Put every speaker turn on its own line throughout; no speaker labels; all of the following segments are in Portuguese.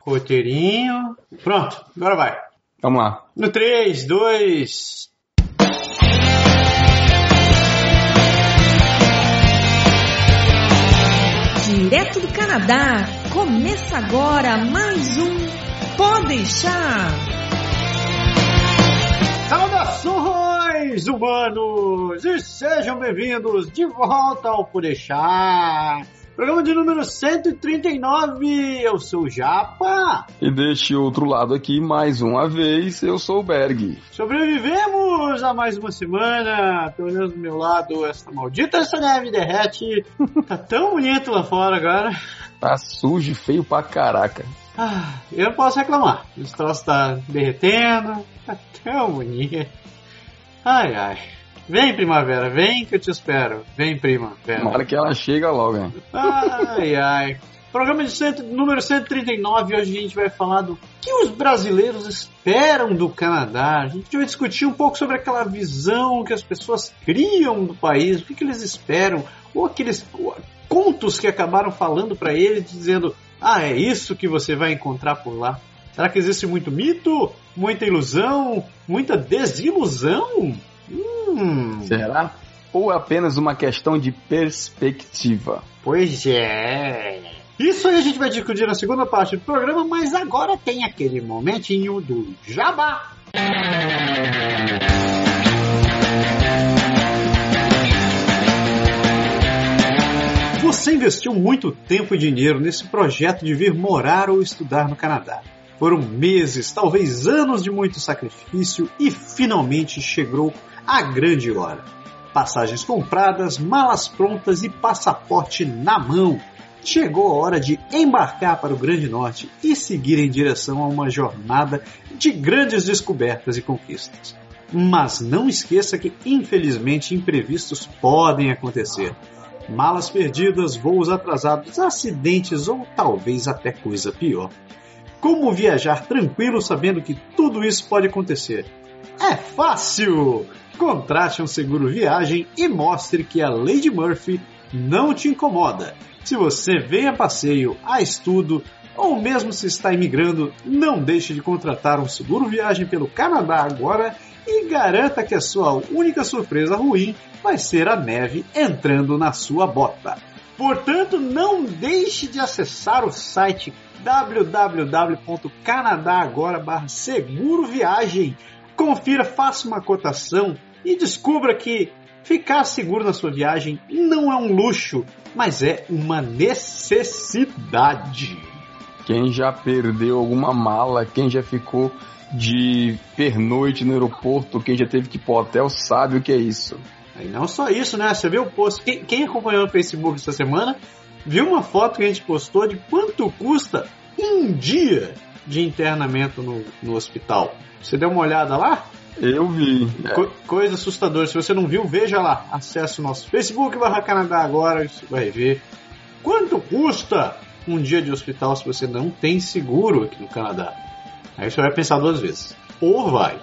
Roteirinho. Pronto, agora vai.
Vamos lá.
No 3, 2...
Direto do Canadá, começa agora mais um Pode Deixar.
Saudações, humanos! E sejam bem-vindos de volta ao Pode Deixar. Programa de número 139, eu sou o Japa.
E deste outro lado aqui, mais uma vez, eu sou o Berg.
Sobrevivemos a mais uma semana. Pelo menos do meu lado, essa neve derrete. Tá tão bonito lá fora agora.
Tá sujo e feio pra caraca.
Eu não posso reclamar. Esse troço tá derretendo. Tá tão bonito. Ai, ai. Vem, primavera, vem que eu te espero. Vem, primavera.
Na hora que ela chega logo, hein?
Ai, ai. Programa número 139, hoje a gente vai falar do que os brasileiros esperam do Canadá. A gente vai discutir um pouco sobre aquela visão que as pessoas criam do país, o que eles esperam, ou aqueles contos que acabaram falando para eles, dizendo, é isso que você vai encontrar por lá. Será que existe muito mito, muita ilusão, muita desilusão?
Será? Ou é apenas uma questão de perspectiva?
Pois é. Isso aí a gente vai discutir na segunda parte do programa, mas agora tem aquele momentinho do Jabá. Você investiu muito tempo e dinheiro nesse projeto de vir morar ou estudar no Canadá. Foram meses, talvez anos de muito sacrifício e finalmente chegou a grande hora. Passagens compradas, malas prontas e passaporte na mão. Chegou a hora de embarcar para o Grande Norte e seguir em direção a uma jornada de grandes descobertas e conquistas. Mas não esqueça que, infelizmente, imprevistos podem acontecer. Malas perdidas, voos atrasados, acidentes ou talvez até coisa pior. Como viajar tranquilo sabendo que tudo isso pode acontecer? É fácil! Contrate um seguro viagem e mostre que a lei de Murphy não te incomoda. Se você vem a passeio, a estudo ou mesmo se está imigrando, não deixe de contratar um seguro viagem pelo Canadá agora e garanta que a sua única surpresa ruim vai ser a neve entrando na sua bota. Portanto, não deixe de acessar o site www.canadagora.com/seguro-viagem. Confira, faça uma cotação e descubra que ficar seguro na sua viagem não é um luxo, mas é uma necessidade.
Quem já perdeu alguma mala, quem já ficou de pernoite no aeroporto, quem já teve que ir pro hotel, sabe o que é isso.
E não só isso, né? Você viu o post? Quem acompanhou no Facebook essa semana viu uma foto que a gente postou de quanto custa um dia de internamento no hospital. Você deu uma olhada lá?
Eu vi.
Coisa assustadora. Se você não viu, veja lá. Acesse o nosso Facebook/Canadá agora. Você vai ver quanto custa um dia de hospital se você não tem seguro aqui no Canadá. Aí você vai pensar duas vezes. Ou vai.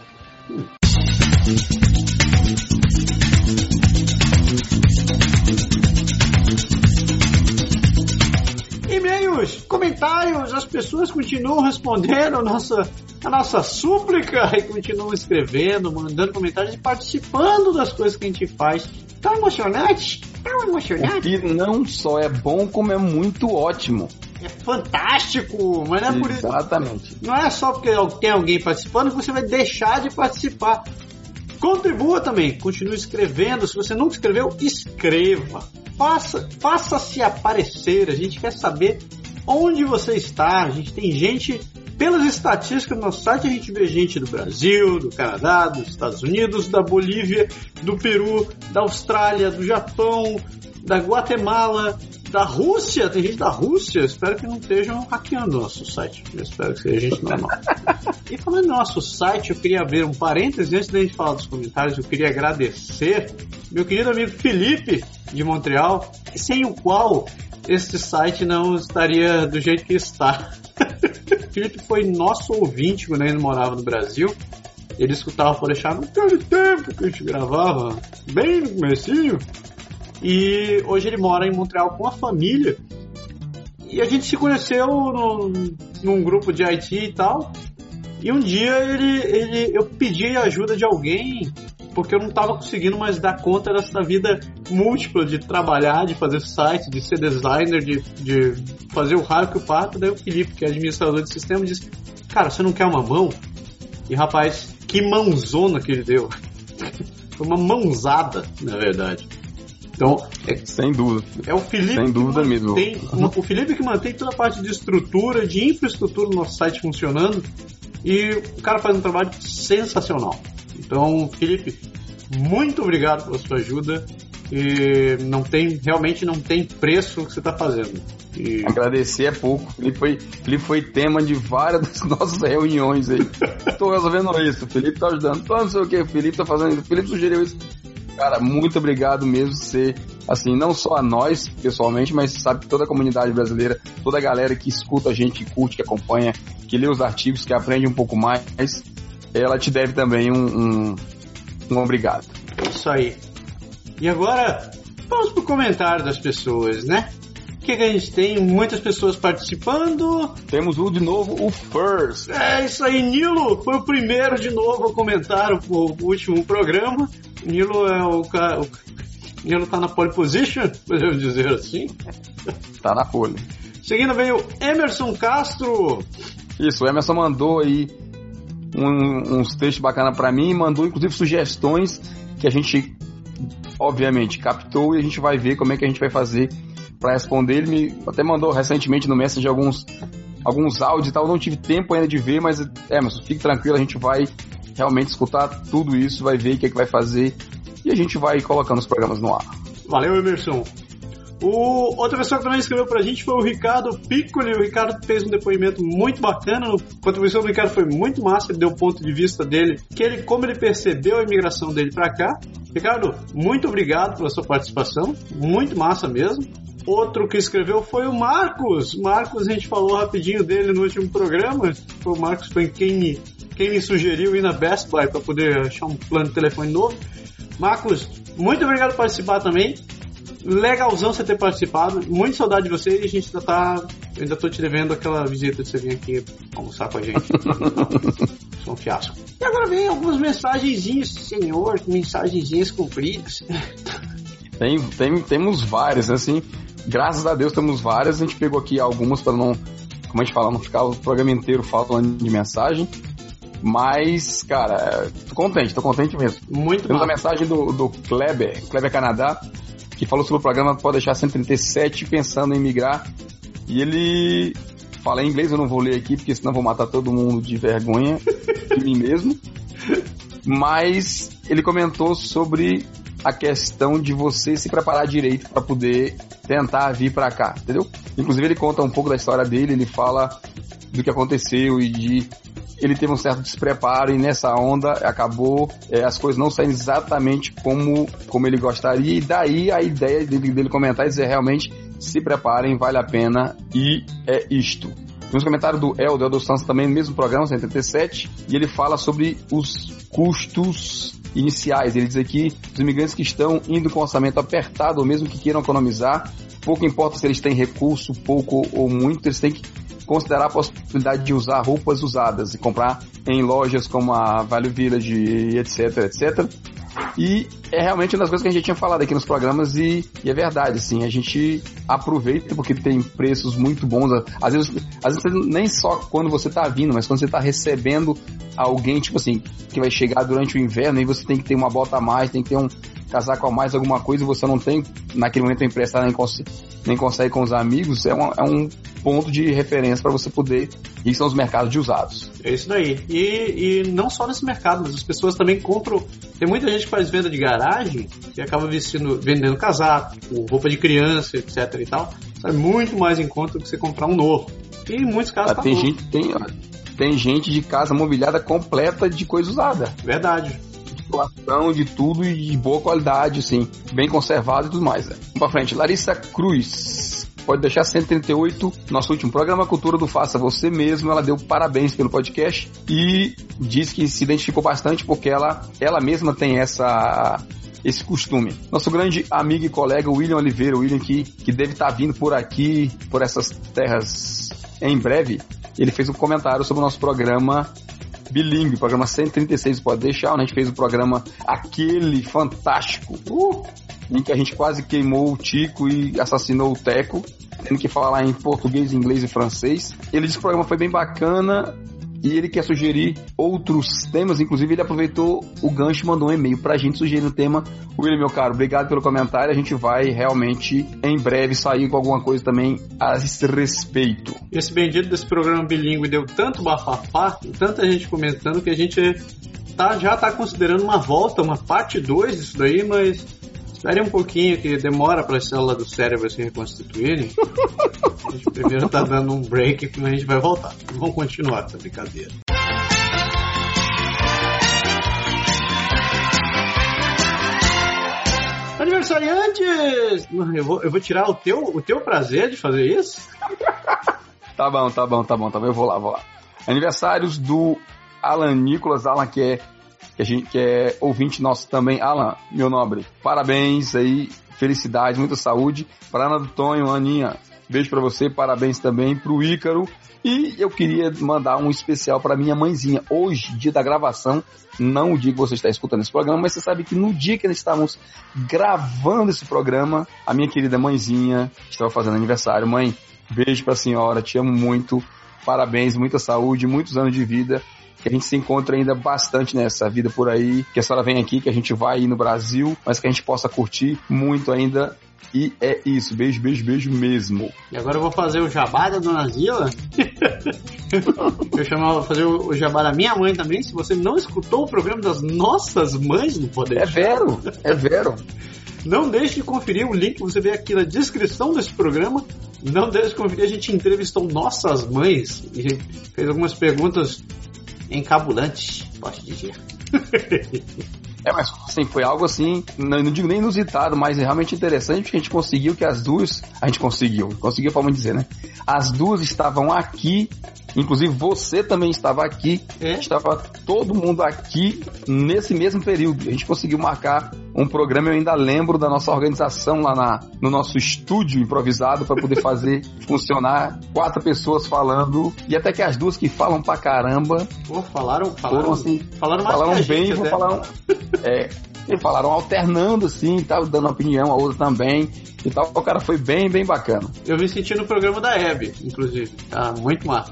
E-mails, comentários, as pessoas continuam respondendo a nossa súplica e continuam escrevendo, mandando comentários e participando das coisas que a gente faz. Tão emocionante, tão emocionante.
E não só é bom, como é muito ótimo.
É fantástico, mas não é por isso.
Exatamente.
Não é só porque tem alguém participando que você vai deixar de participar. Contribua também, continue escrevendo. Se você nunca escreveu, escreva. Faça-se aparecer. A gente quer saber onde você está. A gente tem gente, pelas estatísticas do nosso site, a gente vê gente do Brasil, do Canadá, dos Estados Unidos, da Bolívia, do Peru, da Austrália, do Japão, da Guatemala, da Rússia. Tem gente da Rússia. Espero que não estejam hackeando o nosso site. Eu espero que seja gente normal. E falando no nosso site, eu queria abrir um parênteses antes da gente falar dos comentários. Eu queria agradecer meu querido amigo Felipe de Montreal, sem o qual este site não estaria do jeito que está. Felipe foi nosso ouvinte quando ele morava no Brasil. Ele escutava por deixar naquele tempo que a gente gravava, bem no comecinho. E hoje ele mora em Montreal com a família. E a gente se conheceu num grupo de IT e tal. E um dia eu pedi ajuda de alguém, porque eu não estava conseguindo mais dar conta dessa vida múltipla de trabalhar, de fazer site, de ser designer, de fazer o raio que o pato. Daí o Felipe, que é administrador de sistema, disse: cara, você não quer uma mão? E rapaz, que mãozona que ele deu. Foi uma mãozada, na verdade. Então,
sem dúvida.
É o Felipe,
sem dúvida mesmo.
O Felipe que mantém toda a parte de estrutura, de infraestrutura do nosso site funcionando. E o cara faz um trabalho sensacional. Então, Felipe, muito obrigado pela sua ajuda. E realmente não tem preço o que você está fazendo. E...
agradecer é pouco. Felipe foi tema de várias das nossas reuniões aí. Estou resolvendo isso, o Felipe está ajudando. Não sei o que, o Felipe está fazendo isso, o Felipe sugeriu isso. Cara, muito obrigado mesmo por ser, assim, não só a nós, pessoalmente, mas sabe, toda a comunidade brasileira, toda a galera que escuta a gente, que curte, que acompanha, que lê os artigos, que aprende um pouco mais, ela te deve também um obrigado.
É isso aí. E agora, vamos pro comentário das pessoas, né? O que a gente tem? Muitas pessoas participando.
Temos de novo o First.
É isso aí, Nilo foi o primeiro de novo a comentar o último programa. Nilo é o cara. Nilo tá na pole position, podemos dizer assim.
Tá na pole.
Seguindo vem o Emerson Castro.
Isso, o Emerson mandou aí uns textos bacanas pra mim, mandou inclusive sugestões que a gente obviamente captou e a gente vai ver como é que a gente vai fazer para responder. Ele me até mandou recentemente no Messenger alguns áudios e tal, não tive tempo ainda de ver, mas Emerson, fique tranquilo, a gente vai realmente escutar tudo isso, vai ver o que é que vai fazer e a gente vai colocando os programas no ar.
Valeu, Emerson. Outra pessoa que também escreveu pra gente foi o Ricardo Piccoli. O Ricardo fez um depoimento muito bacana. A contribuição do Ricardo foi muito massa. Ele deu o ponto de vista dele, como ele percebeu a imigração dele pra cá. Ricardo, muito obrigado pela sua participação. Muito massa mesmo. Outro que escreveu foi o Marcos. Marcos, a gente falou rapidinho dele no último programa. O Marcos foi quem me sugeriu ir na Best Buy para poder achar um plano de telefone novo. Marcos, muito obrigado por participar também. Legalzão você ter participado. Muito saudade de você e a gente ainda tô te devendo aquela visita de você vir aqui almoçar com a gente. Sou um fiasco. E agora vem algumas mensagenzinhas, senhor, mensagenzinhas compridas.
Temos várias, assim, graças a Deus temos várias. A gente pegou aqui algumas para não, como a gente fala, não ficar o programa inteiro falando de mensagem. Mas, cara, tô contente mesmo.
Muito bom.
Temos a mensagem do Kleber Canadá, que falou sobre o programa Pode Deixar 137, pensando em migrar. E ele fala em inglês, eu não vou ler aqui, porque senão vou matar todo mundo de vergonha de mim mesmo. Mas ele comentou sobre a questão de você se preparar direito para poder tentar vir para cá, entendeu? Inclusive ele conta um pouco da história dele, ele fala do que aconteceu e de ele teve um certo despreparo e nessa onda acabou as coisas não saindo exatamente como ele gostaria, e daí a ideia dele comentar e dizer realmente se preparem, vale a pena e é isto. Temos um comentário do Eldo Santos também no mesmo programa, 137, e ele fala sobre os custos iniciais. Ele diz aqui, os imigrantes que estão indo com orçamento apertado ou mesmo que queiram economizar, pouco importa se eles têm recurso, pouco ou muito, eles têm que considerar a possibilidade de usar roupas usadas e comprar em lojas como a Value Village, etc. E é realmente uma das coisas que a gente tinha falado aqui nos programas e é verdade, assim, a gente aproveita porque tem preços muito bons. Às vezes nem só quando você está vindo, mas quando você está recebendo alguém, tipo assim, que vai chegar durante o inverno e você tem que ter uma bota a mais, tem que ter um casaco a mais, alguma coisa, e você não tem, naquele momento, emprestar, nem consegue com os amigos, é um ponto de referência para você poder ir, são os mercados de usados.
É isso daí. E não só nesse mercado, mas as pessoas também compram. Tem muita gente que faz venda de garagem que acaba vendendo casaco, roupa de criança, etc e tal. Sai muito mais em conta do que você comprar um novo. E em muitos casos
tem gente de casa mobiliada completa de coisa usada.
Verdade.
Situação de tudo e de boa qualidade, assim, bem conservado e tudo mais. Vamos pra frente. Larissa Cruz, Pode Deixar 138, nosso último programa, Cultura do Faça Você Mesmo. Ela deu parabéns pelo podcast e diz que se identificou bastante porque ela mesma tem esse costume. Nosso grande amigo e colega William Oliveira, que deve estar vindo por aqui, por essas terras em breve, ele fez um comentário sobre o nosso programa bilíngue, programa 136 Pode Deixar, onde a gente fez o programa aquele fantástico, em que a gente quase queimou o Tico e assassinou o Teco, tendo que falar em português, inglês e francês. Ele disse que o programa foi bem bacana e ele quer sugerir outros temas, inclusive ele aproveitou o gancho e mandou um e-mail pra gente sugerindo o tema. William, meu caro, obrigado pelo comentário, a gente vai realmente em breve sair com alguma coisa também a esse respeito.
Esse bendito desse programa bilíngue deu tanto bafafá, tanta gente comentando que a gente já tá considerando uma volta, uma parte 2 disso daí, mas espere um pouquinho que demora para as células do cérebro se reconstituírem. A gente primeiro tá dando um break e a gente vai voltar. Vamos continuar essa brincadeira. Aniversariantes! Eu vou tirar o teu prazer de fazer isso?
Tá bom, eu vou lá. Aniversários do Alan Nicolas, Alan que é ouvinte nosso também. Alan, meu nobre, parabéns aí, felicidade, muita saúde. Para Ana do Tonho, Aninha, beijo pra você, parabéns também pro Ícaro. E eu queria mandar um especial pra minha mãezinha. Hoje, dia da gravação, não o dia que você está escutando esse programa, mas você sabe que no dia que nós estávamos gravando esse programa, a minha querida mãezinha estava fazendo aniversário. Mãe, beijo pra senhora, te amo muito, parabéns, muita saúde, muitos anos de vida, que a gente se encontra ainda bastante nessa vida por aí, que a senhora vem aqui, que a gente vai ir no Brasil, mas que a gente possa curtir muito ainda. E é isso, beijo mesmo.
E agora eu vou fazer o jabá da Dona Zila. Vou fazer o jabá da minha mãe também. Se você não escutou o programa das nossas mães, não pode deixar.
É vero.
Não deixe de conferir o link que você vê aqui na descrição desse programa. Não deixe de conferir, a gente entrevistou nossas mães e a gente fez algumas perguntas encabulantes, posso dizer.
Mas assim, foi algo assim, não digo nem inusitado, mas realmente interessante, porque a gente conseguiu que as duas, conseguiu pra dizer, né? As duas estavam aqui, inclusive você também estava aqui, estava todo mundo aqui nesse mesmo período. A gente conseguiu marcar um programa, eu ainda lembro da nossa organização lá no nosso estúdio improvisado para poder fazer funcionar 4 pessoas falando, e até que as duas que falam pra caramba,
falaram
assim,
falaram
bem, falaram alternando assim, e tal, dando opinião, a outra também e tal. O cara foi bem bacana.
Eu me senti no programa da Hebe, inclusive. Tá muito massa.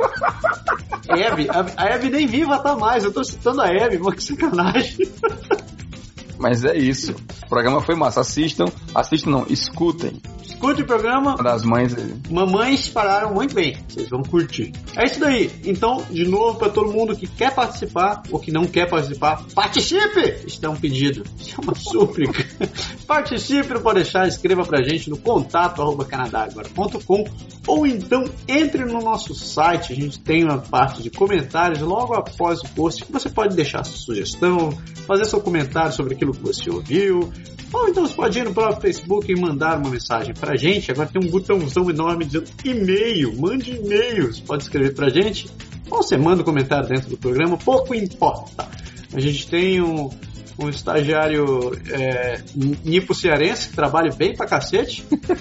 A Hebe nem viva tá mais. Eu tô citando a Hebe, que sacanagem.
Mas é isso. O programa foi massa. Assistam não, escutem.
Escute o programa.
Das mães.
Mamães pararam muito bem. Vocês vão curtir. É isso daí. Então, de novo, para todo mundo que quer participar ou que não quer participar, participe! Isso é um pedido. Isso é uma súplica. Participe, não pode deixar. Escreva pra gente no contato@canadagora.com ou então entre no nosso site. A gente tem uma parte de comentários logo após o post que você pode deixar sua sugestão, fazer seu comentário sobre aquilo que você ouviu. Ou então você pode ir no próprio Facebook e mandar uma mensagem pra gente. Agora tem um botãozão enorme dizendo e-mail. Mande e-mails. Pode escrever pra gente. Ou você manda um comentário dentro do programa. Pouco importa. A gente tem um estagiário nipo cearense que trabalha bem pra cacete.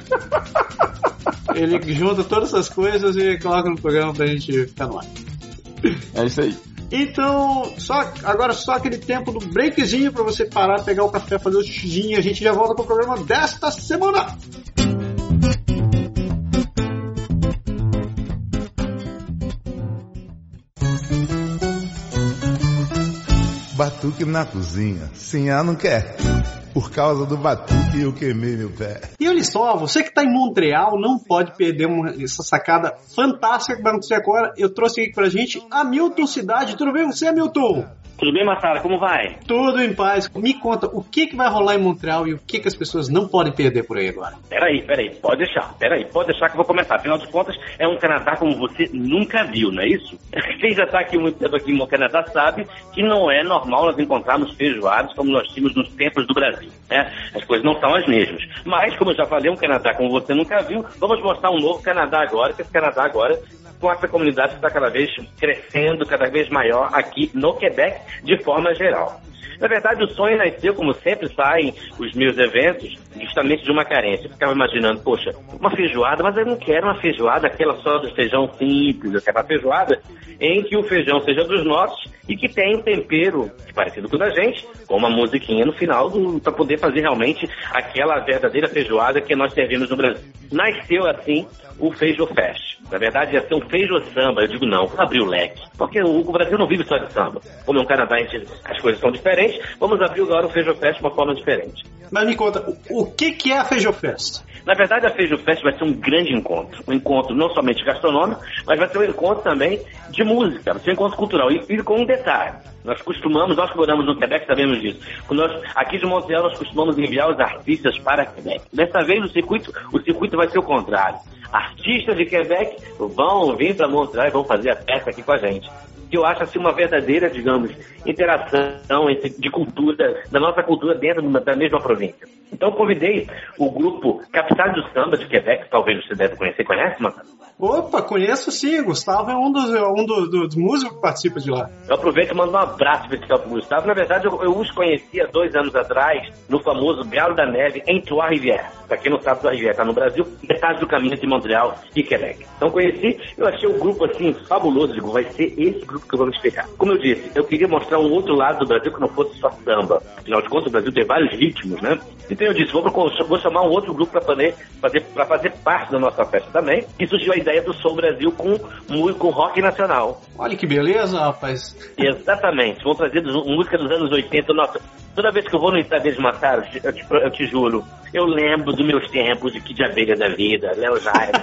Ele junta todas essas coisas e coloca no programa pra gente ficar no ar.
É isso aí.
Então, agora só aquele tempo do breakzinho pra você parar, pegar o café, fazer o xizinho e a gente já volta pro programa desta semana.
Batuque na cozinha, sinhá não quer. Por causa do batuque eu queimei meu pé.
E olha só, você que está em Montreal não pode perder essa sacada fantástica que vai acontecer agora. Eu trouxe aqui pra gente Hamilton Cidade. Tudo bem com você, Hamilton?
Tudo bem, Massara? Como vai?
Tudo em paz. Me conta, o que vai rolar em Montreal e o que as pessoas não podem perder por aí agora?
Peraí, pode deixar que eu vou começar. Afinal de contas, é um Canadá como você nunca viu, não é isso? Quem já está aqui muito tempo aqui no Canadá sabe que não é normal nós encontrarmos feijoadas como nós tínhamos nos tempos do Brasil, né? As coisas não são as mesmas. Mas, como eu já falei, um Canadá como você nunca viu, vamos mostrar um novo Canadá agora, que esse Canadá agora com essa comunidade que está cada vez crescendo, cada vez maior aqui no Quebec, de forma geral. Na verdade, o sonho nasceu, como sempre saem os meus eventos, justamente de uma carência. Eu ficava imaginando, poxa, uma feijoada, mas eu não quero uma feijoada, aquela só do feijão simples, eu quero uma feijoada em que o feijão seja dos nossos e que tenha um tempero parecido com o da gente, com uma musiquinha no final, para poder fazer realmente aquela verdadeira feijoada que nós servimos no Brasil. Nasceu assim o FeijoFest. Na verdade, ia ser um feijo-samba. Eu digo, não, vamos abrir o leque. Porque o Brasil não vive só de samba. Como é um Canadá, as coisas são diferentes, vamos abrir agora o FeijoFest de uma forma diferente.
Mas me conta, o que é a FeijoFest?
Na verdade, a FeijoFest vai ser um grande encontro. Um encontro não somente gastronômico, mas vai ser um encontro também de música. Vai ser um encontro cultural. E com um detalhe. Nós que moramos no Quebec, sabemos disso. Aqui de Montreal, nós costumamos enviar os artistas para Quebec. Dessa vez, o circuito vai ser o contrário. Artistas de Quebec vão vir para Montreal e vão fazer a festa aqui com a gente. Que eu acho assim uma verdadeira, digamos, interação de cultura, da nossa cultura dentro da mesma província. Então convidei o grupo Capital do Samba de Quebec, talvez você deve conhecer, conhece, Marcelo?
Opa, conheço sim, o Gustavo é um dos músicos que participa de lá.
Eu aproveito e mando um abraço especial pro Gustavo. Na verdade, eu os conhecia 2 anos atrás, no famoso Galo da Neve, em Trois-Rivières. Pra quem não sabe, Trois-Rivières tá no Brasil, metade do caminho entre Montreal e Quebec. Então conheci, eu achei o grupo assim, fabuloso, digo, vai ser esse grupo que eu vou me explicar. Como eu disse, eu queria mostrar um outro lado do Brasil que não fosse só samba. Afinal de contas, o Brasil tem vários ritmos, né? Então eu disse, vou chamar um outro grupo para fazer parte da nossa festa também. E surgiu a ideia do Som Brasil com rock nacional.
Olha que beleza, rapaz.
Exatamente. Vamos trazer música dos anos 80. Nossa, toda vez que eu vou no Estado de Matar, eu te juro, eu lembro dos meus tempos de Kid Abelha da vida, Léo Jaime.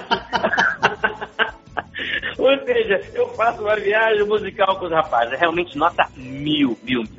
Ou seja, eu faço uma viagem musical com os rapazes. É realmente nota 1000.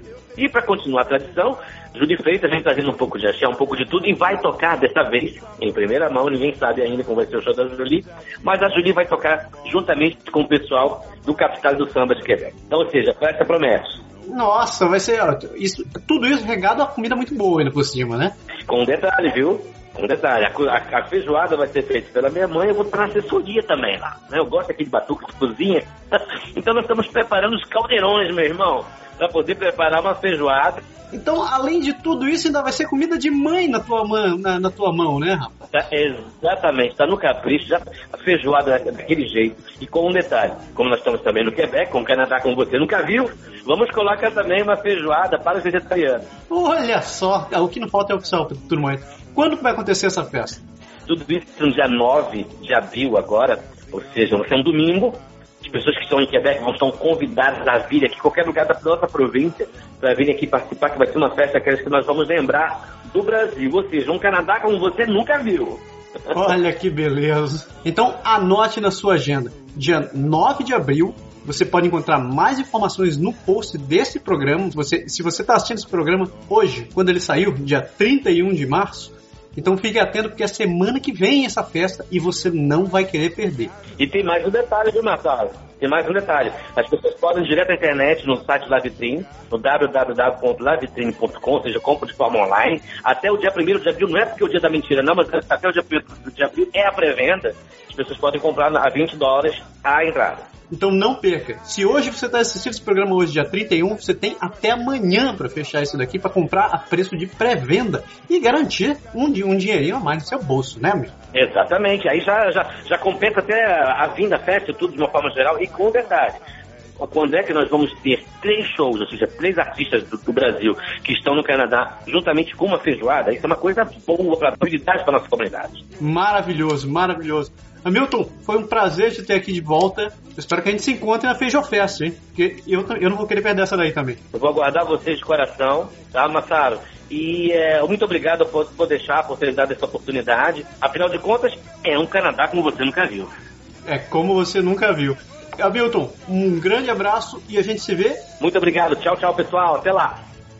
E para continuar a tradição, Julie Freitas vem trazendo um pouco de axé, um pouco de tudo, e vai tocar dessa vez, em primeira mão, ninguém sabe ainda como vai ser o show da Julie, mas a Julie vai tocar juntamente com o pessoal do Capital do Samba de Quebec. Então, ou seja, foi essa promessa.
Nossa, vai ser tudo isso regado a comida muito boa ainda por cima, né?
Com um detalhe, viu? Um detalhe, a feijoada vai ser feita pela minha mãe, eu vou para assessoria também lá, né? Eu gosto aqui de batuque de cozinha, então nós estamos preparando os caldeirões, meu irmão, para poder preparar uma feijoada.
Então, além de tudo isso, ainda vai ser comida de mãe na tua mão, né, rapaz?
Exatamente, tá no capricho, já a feijoada daquele jeito. E com um detalhe, como nós estamos também no Quebec, com o Canadá, como você nunca viu, vamos colocar também uma feijoada para os vegetarianos.
Olha só, o que não falta é opção, turma. Quando que vai acontecer essa festa?
Tudo isso no dia 9 de abril agora, ou seja, vai ser um domingo. As pessoas que estão em Quebec vão estar convidadas a vir aqui, qualquer lugar da nossa província, para vir aqui participar, que vai ser uma festa que nós vamos lembrar do Brasil. Ou seja, um Canadá como você nunca viu.
Olha que beleza. Então, anote na sua agenda. Dia 9 de abril, você pode encontrar mais informações no post desse programa. Se você está assistindo esse programa hoje, quando ele saiu, dia 31 de março, então fique atento, porque é semana que vem essa festa e você não vai querer perder.
E tem mais um detalhe, viu, Marcelo? Tem mais um detalhe. As pessoas podem ir direto à internet, no site La Vitrine, no www.lavitrine.com, ou seja, compra de forma online. Até o dia 1º de abril, não é porque é o dia da mentira, não, mas até o dia 1º de abril é a pré-venda. As pessoas podem comprar a $20 a entrada.
Então não perca. Se hoje você está assistindo esse programa hoje, dia 31, você tem até amanhã para fechar isso daqui, para comprar a preço de pré-venda e garantir um dinheirinho a mais no seu bolso, né, amigo?
Exatamente. Aí já compensa até a vinda, a festa e tudo de uma forma geral. E com detalhe, quando é que nós vamos ter 3 shows, ou seja, 3 artistas do Brasil que estão no Canadá, juntamente com uma feijoada, isso é uma coisa boa para a nossa comunidade.
Maravilhoso, maravilhoso. Hamilton, foi um prazer te ter aqui de volta. Eu espero que a gente se encontre na FeijoFest, hein? Porque eu não vou querer perder essa daí também.
Eu vou aguardar vocês de coração, tá, Massaro? E muito obrigado por ter dado essa oportunidade. Afinal de contas, é um Canadá como você nunca viu.
É como você nunca viu. Hamilton, um grande abraço e a gente se vê.
Muito obrigado. Tchau, tchau, pessoal. Até lá.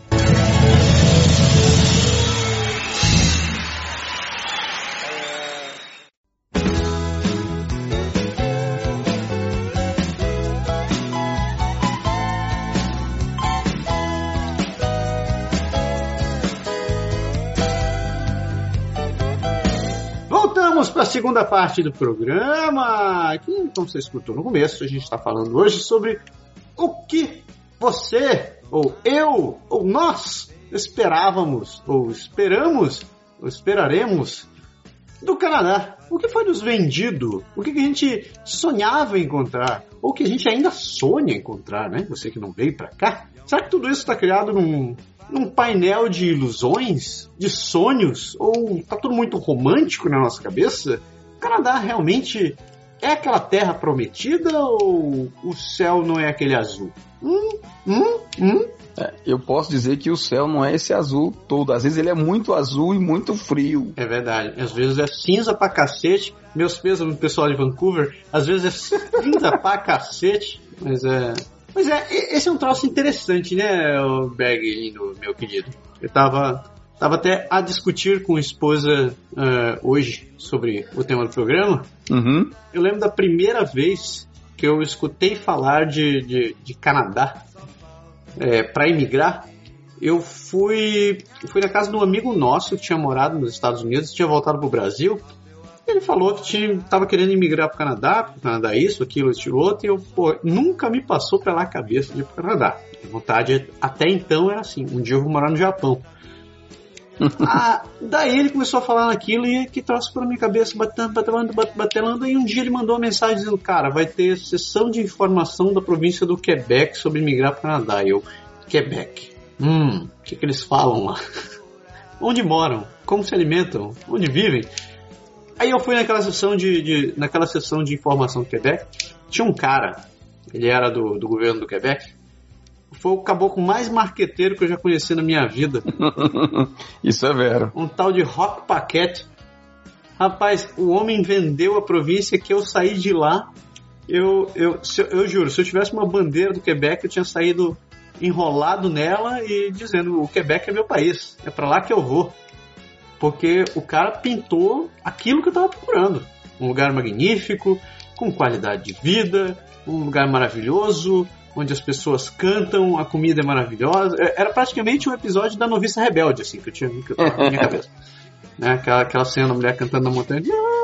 Vamos para a segunda parte do programa. Aqui, como você escutou no começo, a gente está falando hoje sobre o que você, ou eu, ou nós esperávamos, ou esperamos, ou esperaremos do Canadá? O que foi nos vendido? O que a gente sonhava encontrar? Ou que a gente ainda sonha encontrar, né? Você que não veio pra cá. Será que tudo isso está criado num painel de ilusões, de sonhos? Ou tá tudo muito romântico na nossa cabeça? O Canadá realmente é aquela terra prometida ou o céu não é aquele azul?
Eu posso dizer que o céu não é esse azul todo. Às vezes ele é muito azul e muito frio.
É verdade. Às vezes é cinza pra cacete. Meus pesos no pessoal de Vancouver. Às vezes é cinza pra cacete. Mas esse é um troço interessante, né, o Berg, meu querido? Eu tava até a discutir com a esposa hoje sobre o tema do programa.
Uhum.
Eu lembro da primeira vez que eu escutei falar de Canadá para imigrar. Eu fui na casa de um amigo nosso que tinha morado nos Estados Unidos e tinha voltado pro Brasil. Ele falou que estava querendo imigrar pro Canadá isso, aquilo, aquilo outro, e eu, nunca me passou pela cabeça de ir pro Canadá. A vontade até então era assim, um dia eu vou morar no Japão. Daí ele começou a falar naquilo e que trouxe pela minha cabeça, batelando, e um dia ele mandou uma mensagem dizendo, cara, vai ter sessão de informação da província do Quebec sobre migrar para o Canadá. E eu, Quebec, o que eles falam lá? Onde moram? Como se alimentam? Onde vivem? Aí eu fui naquela sessão de informação do Quebec, tinha um cara, ele era do governo do Quebec, foi o caboclo mais marqueteiro que eu já conheci na minha vida.
Isso é vero.
Um tal de Rock Paquette. Rapaz, o homem vendeu a província que eu saí de lá. Eu juro, se eu tivesse uma bandeira do Quebec, eu tinha saído enrolado nela e dizendo, o Quebec é meu país, é pra lá que eu vou. Porque o cara pintou aquilo que eu tava procurando. Um lugar magnífico, com qualidade de vida, um lugar maravilhoso, onde as pessoas cantam, a comida é maravilhosa. Era praticamente um episódio da Noviça Rebelde, assim, que eu tava na minha cabeça. Né? Aquela cena da mulher cantando na montanha.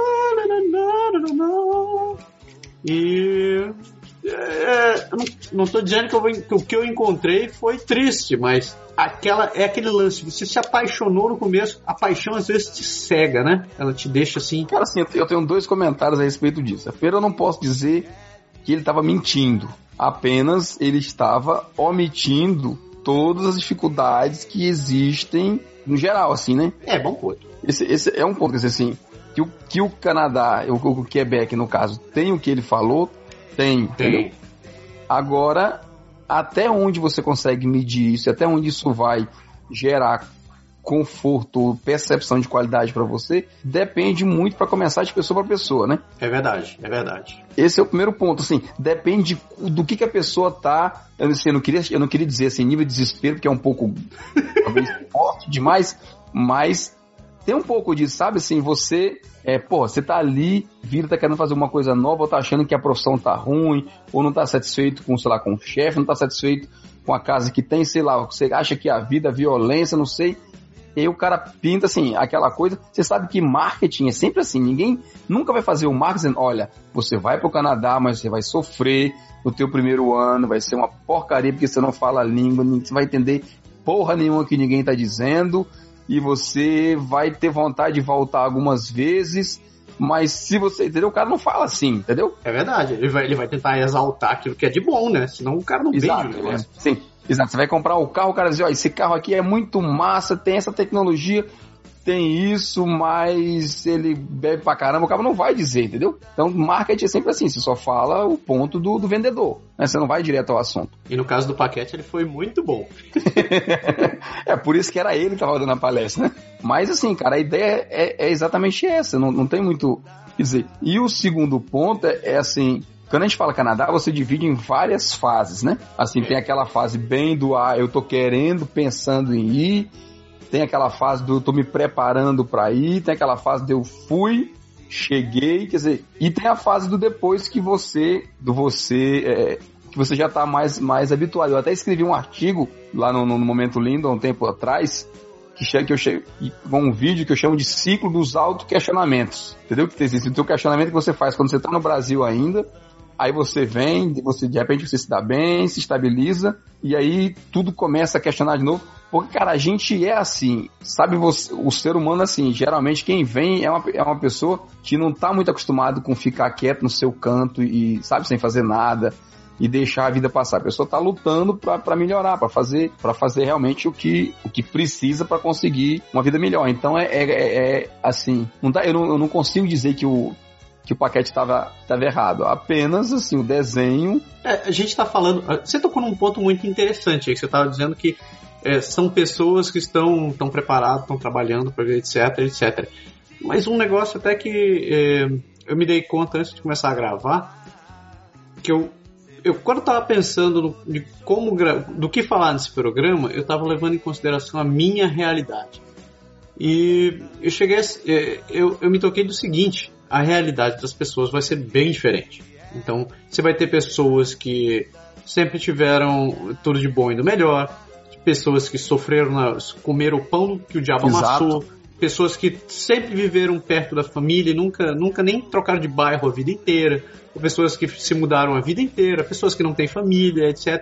E não tô dizendo que o que eu encontrei foi triste, mas é aquele lance, você se apaixonou no começo, a paixão às vezes te cega, né? Ela te deixa assim...
Cara, assim, eu tenho 2 comentários a respeito disso. Primeiro, eu não posso dizer que ele estava mentindo. Apenas ele estava omitindo todas as dificuldades que existem no geral, assim, né?
Bom ponto.
Esse é um ponto, assim, que o Canadá, o Quebec, no caso, tem o que ele falou, tem. Agora, até onde você consegue medir isso, até onde isso vai gerar conforto, percepção de qualidade para você, depende muito, para começar, de pessoa para pessoa, né?
É verdade.
Esse é o primeiro ponto, assim, depende do que a pessoa tá, eu não queria dizer assim, nível de desespero, porque é um pouco talvez forte demais, mas tem um pouco disso, sabe, assim, você tá ali, vida tá querendo fazer uma coisa nova, ou tá achando que a profissão tá ruim, ou não tá satisfeito com, sei lá, com o chefe, não tá satisfeito com a casa que tem, sei lá, você acha que a vida, a violência, não sei. E aí o cara pinta, assim, aquela coisa... Você sabe que marketing é sempre assim. Ninguém nunca vai fazer o marketing dizendo, olha, você vai pro Canadá, mas você vai sofrer no teu primeiro ano, vai ser uma porcaria porque você não fala a língua, você vai entender porra nenhuma que ninguém tá dizendo, e você vai ter vontade de voltar algumas vezes, mas se você... Entendeu? O cara não fala assim, entendeu?
É verdade. Ele vai tentar exaltar aquilo que é de bom, né? Senão o cara não vende o negócio.
Sim. Exato, você vai comprar o carro, o cara diz, ó, esse carro aqui é muito massa, tem essa tecnologia, tem isso, mas ele bebe pra caramba, o cara não vai dizer, entendeu? Então, marketing é sempre assim, você só fala o ponto do vendedor, né? Você não vai direto ao assunto.
E no caso do Paquete, ele foi muito bom.
É por isso que era ele que tava dando a palestra, né? Mas assim, cara, a ideia é exatamente essa, não tem muito... Quer dizer, e o segundo ponto é assim... Quando a gente fala Canadá, você divide em várias fases, né? Assim, tem aquela fase bem do eu tô querendo, pensando em ir, tem aquela fase do eu tô me preparando pra ir, tem aquela fase do eu fui, cheguei, quer dizer, e tem a fase do depois que você já tá mais habituado. Eu até escrevi um artigo lá no Momento Lindo, há um tempo atrás, com um vídeo que eu chamo de ciclo dos autoquestionamentos, entendeu? Que existe o teu questionamento que você faz quando você tá no Brasil ainda, Aí você vem, de repente você se dá bem, se estabiliza, e aí tudo começa a questionar de novo. Porque, cara, a gente é assim, sabe, o ser humano, assim, geralmente quem vem é uma pessoa que não tá muito acostumado com ficar quieto no seu canto e, sabe, sem fazer nada e deixar a vida passar. A pessoa tá lutando pra melhorar, pra fazer realmente o que precisa pra conseguir uma vida melhor. Então assim, eu não consigo dizer que o Paquete estava errado. Apenas, assim, o desenho...
A gente está falando... Você tocou num ponto muito interessante aí, que você estava dizendo que são pessoas que estão preparadas, estão trabalhando para ver, etc. Mas um negócio até que eu me dei conta antes de começar a gravar, que eu quando estava pensando do que falar nesse programa, eu estava levando em consideração a minha realidade. E eu cheguei eu me toquei do seguinte: a realidade das pessoas vai ser bem diferente. Então, você vai ter pessoas que sempre tiveram tudo de bom e do melhor, pessoas que sofreram, comeram o pão que o diabo amassou, pessoas que sempre viveram perto da família e nunca nem trocaram de bairro a vida inteira, pessoas que se mudaram a vida inteira, pessoas que não têm família, etc.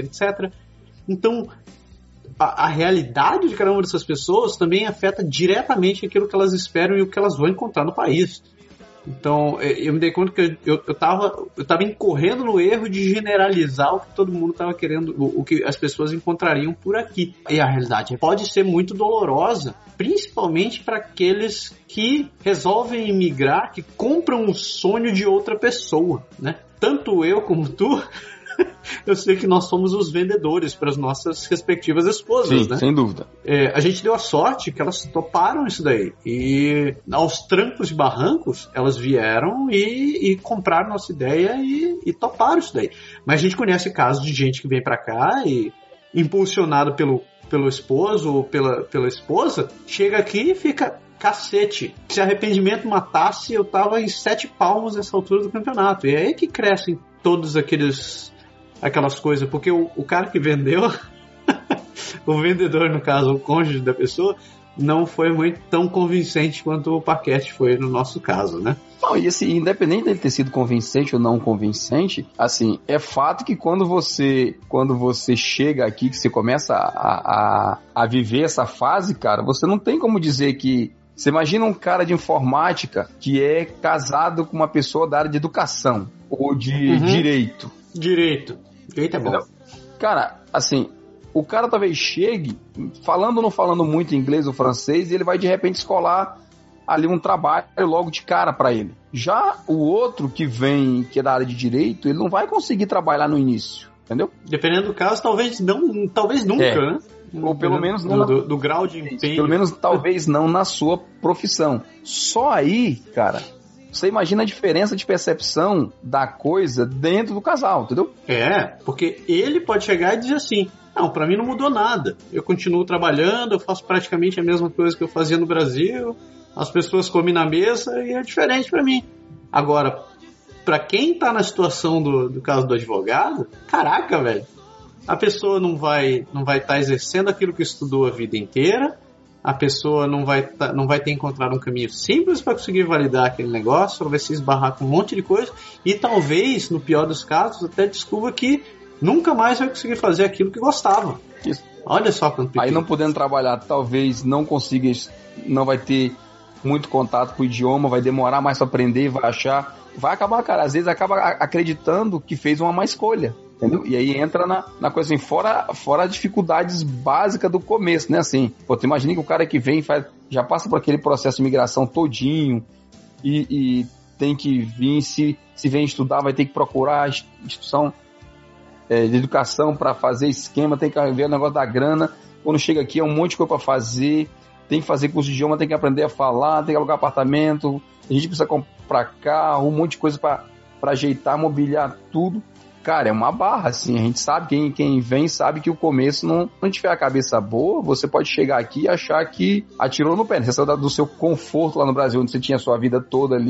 Então, a realidade de cada uma dessas pessoas também afeta diretamente aquilo que elas esperam e o que elas vão encontrar no país. Então, eu me dei conta que eu tava incorrendo no erro de generalizar o que todo mundo estava querendo, o que as pessoas encontrariam por aqui. E a realidade pode ser muito dolorosa, principalmente para aqueles que resolvem emigrar, que compram o sonho de outra pessoa, né? Tanto eu como tu... Eu sei que nós somos os vendedores para as nossas respectivas esposas.
Sim,
né?
Sem dúvida.
A gente deu a sorte que elas toparam isso daí. E aos trancos e barrancos, elas vieram e compraram nossa ideia e toparam isso daí. Mas a gente conhece casos de gente que vem para cá e, impulsionado pelo esposo ou pela esposa, chega aqui e fica... Cacete, se arrependimento matasse, eu tava em 7 palmos nessa altura do campeonato. E é aí que crescem todos aquelas coisas, porque o cara que vendeu, o vendedor, no caso, o cônjuge da pessoa, não foi muito tão convincente quanto o Paquete foi no nosso caso, né?
Não, e assim, independente dele ter sido convincente ou não convincente, assim, é fato que quando você chega aqui, que você começa a viver essa fase, cara, você não tem como dizer que... Você imagina um cara de informática que é casado com uma pessoa da área de educação ou de direito. Direito é bom. Cara, assim, o cara talvez chegue falando ou não falando muito inglês ou francês e ele vai de repente escolar ali um trabalho logo de cara para ele. Já o outro que é da área de direito, ele não vai conseguir trabalhar no início, entendeu?
Dependendo do caso, talvez nunca, né?
Ou pelo menos não
do grau de empenho.
Pelo menos talvez não na sua profissão. Só aí, cara, você imagina a diferença de percepção da coisa dentro do casal, entendeu?
Porque ele pode chegar e dizer assim: não, pra mim não mudou nada. Eu continuo trabalhando, eu faço praticamente a mesma coisa que eu fazia no Brasil, as pessoas comem na mesa e é diferente pra mim. Agora, pra quem tá na situação do caso do advogado, caraca, velho. A pessoa não vai estar exercendo aquilo que estudou a vida inteira, a pessoa não vai ter encontrado um caminho simples para conseguir validar aquele negócio, ela vai se esbarrar com um monte de coisa e talvez, no pior dos casos, até descubra que nunca mais vai conseguir fazer aquilo que gostava.
Isso.
Olha só quanto pequeno.
Aí não podendo trabalhar, talvez não consiga, não vai ter muito contato com o idioma, vai demorar mais para aprender, vai acabar, cara, às vezes acaba acreditando que fez uma má escolha. Entendeu? E aí entra na coisa assim, fora as dificuldades básicas do começo, né? Assim, pô, tu imagina que o cara que vem já passa por aquele processo de migração todinho e tem que vir, se vem estudar, vai ter que procurar instituição de educação para fazer esquema, tem que ver o negócio da grana. Quando chega aqui é um monte de coisa para fazer, tem que fazer curso de idioma, tem que aprender a falar, tem que alugar apartamento, a gente precisa comprar carro, um monte de coisa para ajeitar, mobiliar tudo. Cara, é uma barra, assim, a gente sabe, quem vem sabe que o começo, não tiver a cabeça boa, você pode chegar aqui e achar que atirou no pé, você saiu do seu conforto lá no Brasil, onde você tinha a sua vida toda ali,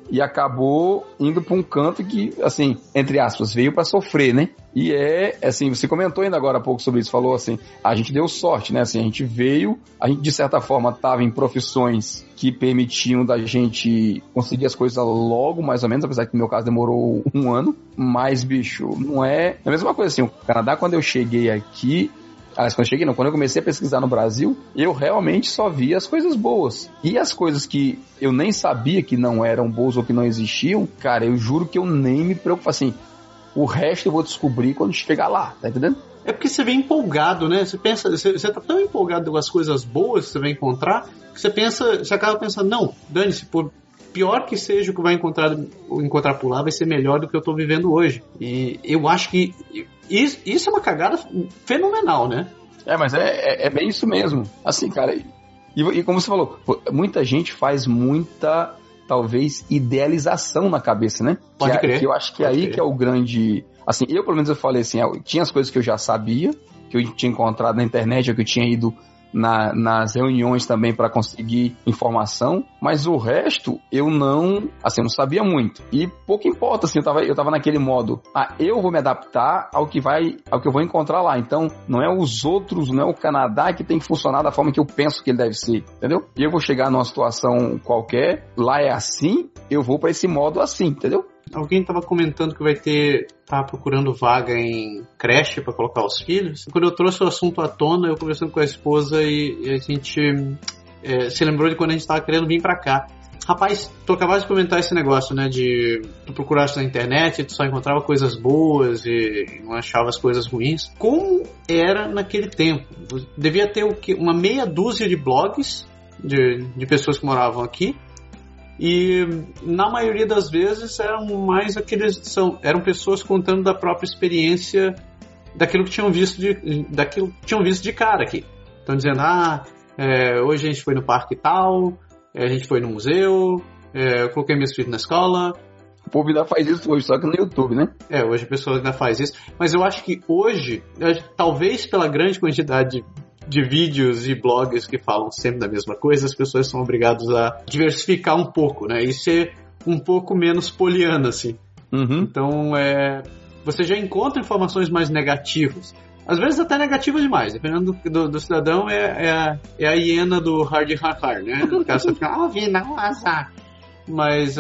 e acabou indo pra um canto que, assim, entre aspas, veio pra sofrer, né? E assim, você comentou ainda agora há pouco sobre isso, falou assim, a gente deu sorte, né? Assim, a gente de certa forma tava em profissões que permitiam da gente conseguir as coisas logo, mais ou menos, apesar que no meu caso demorou 1 ano, mas, bicho, não é a mesma coisa assim, o Canadá, quando eu cheguei aqui, quando eu comecei a pesquisar no Brasil, eu realmente só via as coisas boas. E as coisas que eu nem sabia que não eram boas ou que não existiam, cara, eu juro que eu nem me preocupo, assim, o resto eu vou descobrir quando chegar lá, tá entendendo?
É porque você vem empolgado, né? Você tá tão empolgado com as coisas boas que você vai encontrar, que você acaba pensando, não, dane-se, por pior que seja o que vai encontrar por lá, vai ser melhor do que eu tô vivendo hoje. E eu acho que isso é uma cagada fenomenal, né?
Mas é bem isso mesmo. Assim, cara, e como você falou, muita gente faz muita, talvez, idealização na cabeça, né?
Pode crer.
Que eu acho que aí que é o grande... Assim, eu pelo menos eu falei assim, tinha as coisas que eu já sabia, que eu tinha encontrado na internet, ou que eu tinha ido nas reuniões também para conseguir informação, mas o resto eu não sabia muito. E pouco importa, assim, eu tava naquele modo, eu vou me adaptar ao que eu vou encontrar lá. Então, não é os outros, não é o Canadá que tem que funcionar da forma que eu penso que ele deve ser, entendeu? E eu vou chegar numa situação qualquer, lá é assim, eu vou para esse modo assim, entendeu?
Alguém estava comentando que tá procurando vaga em creche para colocar os filhos. Quando eu trouxe o assunto à tona, eu conversando com a esposa e a gente se lembrou de quando a gente estava querendo vir para cá. Rapaz, tu acabaste de comentar esse negócio, né, de tu procuraste na internet e tu só encontrava coisas boas e não achava as coisas ruins. Como era naquele tempo? Devia ter uma meia dúzia de blogs de pessoas que moravam aqui. E na maioria das vezes eram pessoas contando da própria experiência daquilo que tinham visto de cara aqui. Estão dizendo, hoje a gente foi no parque tal, a gente foi no museu, eu coloquei meus filhos na escola.
O povo ainda faz isso hoje, só que no YouTube, né?
Hoje a pessoa ainda faz isso. Mas eu acho que hoje, talvez pela grande quantidade de vídeos e blogs que falam sempre da mesma coisa, as pessoas são obrigadas a diversificar um pouco, né? E ser um pouco menos poliana, assim.
Uhum.
Então, você já encontra informações mais negativas. Às vezes até negativas demais, dependendo do cidadão, é a hiena do hard, né? O cara só fica, não, azar. Mas